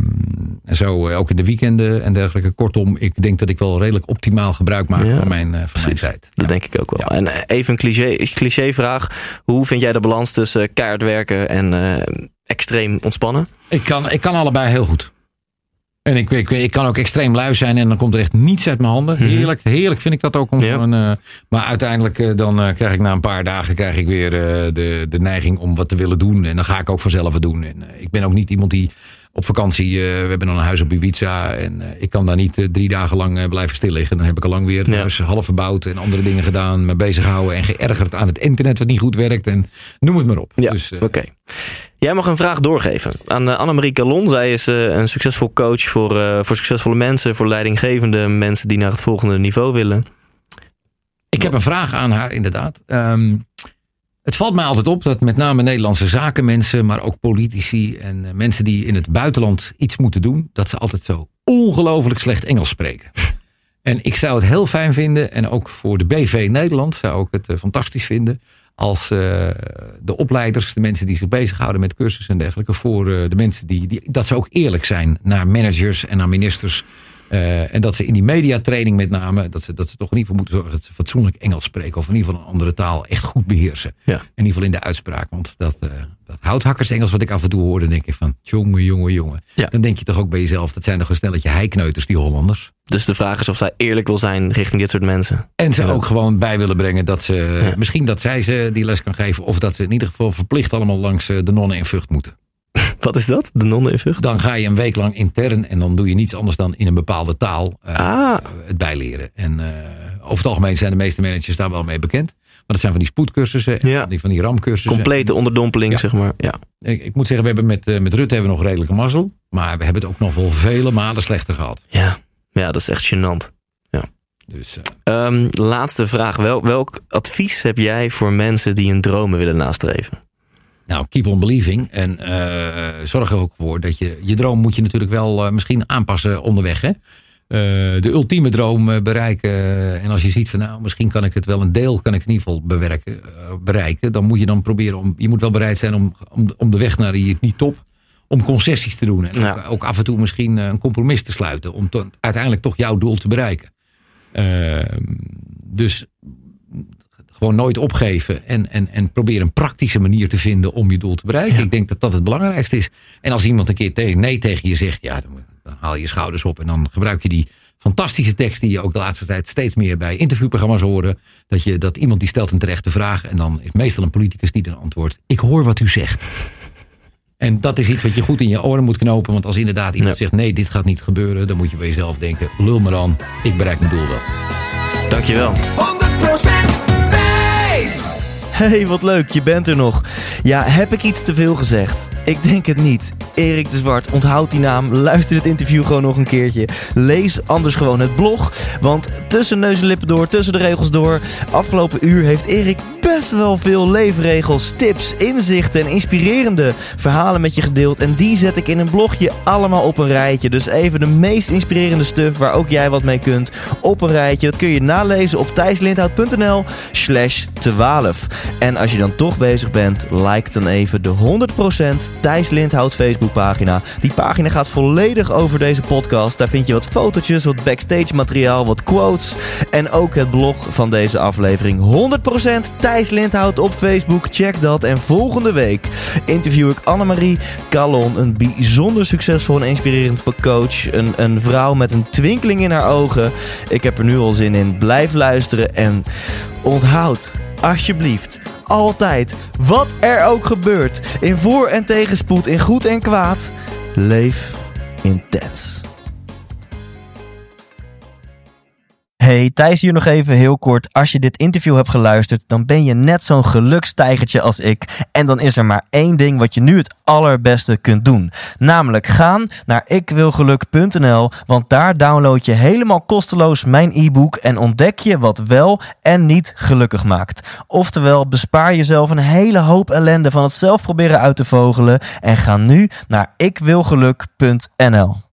en zo uh, ook in de weekenden en dergelijke. Kortom, ik denk dat ik wel redelijk optimaal gebruik maak ja, van, mijn, uh, van mijn tijd. Dat ja. denk ik ook wel. Ja. En even een cliché, cliché vraag. Hoe vind jij de balans tussen keihard werken en uh, extreem ontspannen? Ik kan, ik kan allebei heel goed. En ik, ik, ik kan ook extreem lui zijn en dan komt er echt niets uit mijn handen. Heerlijk, heerlijk vind ik dat ook. Om ja. een, uh, maar uiteindelijk uh, dan uh, krijg ik na een paar dagen krijg ik weer uh, de, de neiging om wat te willen doen. En dan ga ik ook vanzelf het doen. En, uh, ik ben ook niet iemand die op vakantie, uh, we hebben dan een huis op Ibiza. En uh, ik kan daar niet uh, drie dagen lang uh, blijven stil liggen. Dan heb ik al lang weer het ja. huis half verbouwd en andere dingen gedaan. Me bezig gehouden en geërgerd aan het internet wat niet goed werkt. En noem het maar op. Ja, dus, uh, oké. Okay. Jij mag een vraag doorgeven aan uh, Annemarie Calon. Zij is uh, een succesvol coach voor, uh, voor succesvolle mensen, voor leidinggevende mensen die naar het volgende niveau willen. Ik heb een vraag aan haar inderdaad. Um, het valt mij altijd op dat met name Nederlandse zakenmensen, maar ook politici en uh, mensen die in het buitenland iets moeten doen, dat ze altijd zo ongelooflijk slecht Engels spreken. En ik zou het heel fijn vinden, en ook voor de B V Nederland zou ik het uh, fantastisch vinden, als uh, de opleiders, de mensen die zich bezighouden met cursussen en dergelijke, voor uh, de mensen die, die, dat ze ook eerlijk zijn naar managers en naar ministers. Uh, en dat ze in die mediatraining met name, dat ze, dat ze toch in ieder geval moeten zorgen dat ze fatsoenlijk Engels spreken. Of in ieder geval een andere taal echt goed beheersen. Ja. In ieder geval in de uitspraak. Want dat, uh, dat houthakkers Engels wat ik af en toe hoor, dan denk ik van, jongen, jongen, jongen. Ja. Dan denk je toch ook bij jezelf, dat zijn toch een stelletje heikneuters, die Hollanders. Dus de vraag is of zij eerlijk wil zijn richting dit soort mensen. En ze ja. ook gewoon bij willen brengen dat ze, ja. misschien dat zij ze die les kan geven. Of dat ze in ieder geval verplicht allemaal langs de nonnen in Vught moeten. Wat is dat? De nonnen in Vught? Dan ga je een week lang intern en dan doe je niets anders dan in een bepaalde taal uh, ah. het bijleren. En uh, over het algemeen zijn de meeste managers daar wel mee bekend. Maar dat zijn van die spoedcursussen, ja. die van die ramcursussen. Complete onderdompeling, ja. zeg maar. Ja. Ik, ik moet zeggen, we hebben met, uh, met Rutte hebben we nog redelijke mazzel. Maar we hebben het ook nog wel vele malen slechter gehad. Ja, ja dat is echt gênant. Ja. Dus, uh, um, laatste vraag. Wel, welk advies heb jij voor mensen die hun dromen willen nastreven? Nou, keep on believing. En uh, zorg er ook voor dat je... Je droom moet je natuurlijk wel uh, misschien aanpassen onderweg. Hè? Uh, de ultieme droom uh, bereiken. Uh, en als je ziet van nou, misschien kan ik het wel een deel... kan ik in ieder geval bewerken, uh, bereiken. Dan moet je dan proberen om... Je moet wel bereid zijn om, om, om de weg naar die, die top... om concessies te doen. En ja. ook, ook af en toe misschien een compromis te sluiten. Om to, uiteindelijk toch jouw doel te bereiken. Uh, dus... Gewoon nooit opgeven en, en, en probeer een praktische manier te vinden om je doel te bereiken. Ja. Ik denk dat dat het belangrijkste is. En als iemand een keer te- nee tegen je zegt, ja, dan, dan haal je je schouders op en dan gebruik je die fantastische tekst die je ook de laatste tijd steeds meer bij interviewprogramma's horen. Dat, je, dat iemand die stelt een terechte vraag en dan is meestal een politicus die dan antwoordt, ik hoor wat u zegt. En dat is iets wat je goed in je oren moet knopen. Want als inderdaad iemand ja. zegt, nee, dit gaat niet gebeuren, dan moet je bij jezelf denken, lul maar aan, ik bereik mijn doel wel. Dankjewel. honderd procent Hey, wat leuk, je bent er nog. Ja, heb ik iets te veel gezegd? Ik denk het niet. Erik de Zwart, onthoud die naam. Luister het interview gewoon nog een keertje. Lees anders gewoon het blog. Want tussen neus en lippen door, tussen de regels door... afgelopen uur heeft Erik best wel veel leefregels, tips, inzichten... en inspirerende verhalen met je gedeeld. En die zet ik in een blogje allemaal op een rijtje. Dus even de meest inspirerende stuff waar ook jij wat mee kunt... op een rijtje. Dat kun je nalezen op thijslindhout.nl slash twaalf. En als je dan toch bezig bent, like dan even de honderd procent Thijs Lindhout Facebookpagina. Die pagina gaat volledig over deze podcast. Daar vind je wat fotootjes, wat backstage materiaal, wat quotes. En ook het blog van deze aflevering. honderd procent Thijs Lindhout op Facebook. Check dat. En volgende week interview ik Annemarie Calon. Een bijzonder succesvol en inspirerend coach. Een, een vrouw met een twinkeling in haar ogen. Ik heb er nu al zin in. Blijf luisteren en onthoud alsjeblieft altijd. Wat er ook gebeurt. In voor- en tegenspoed, in goed en kwaad. Leef intens. Hey, Thijs hier nog even heel kort. Als je dit interview hebt geluisterd, dan ben je net zo'n gelukstijgertje als ik. En dan is er maar één ding wat je nu het allerbeste kunt doen. Namelijk gaan naar ikwilgeluk punt n l, want daar download je helemaal kosteloos mijn e-book en ontdek je wat wel en niet gelukkig maakt. Oftewel, bespaar jezelf een hele hoop ellende van het zelf proberen uit te vogelen en ga nu naar ikwilgeluk punt n l.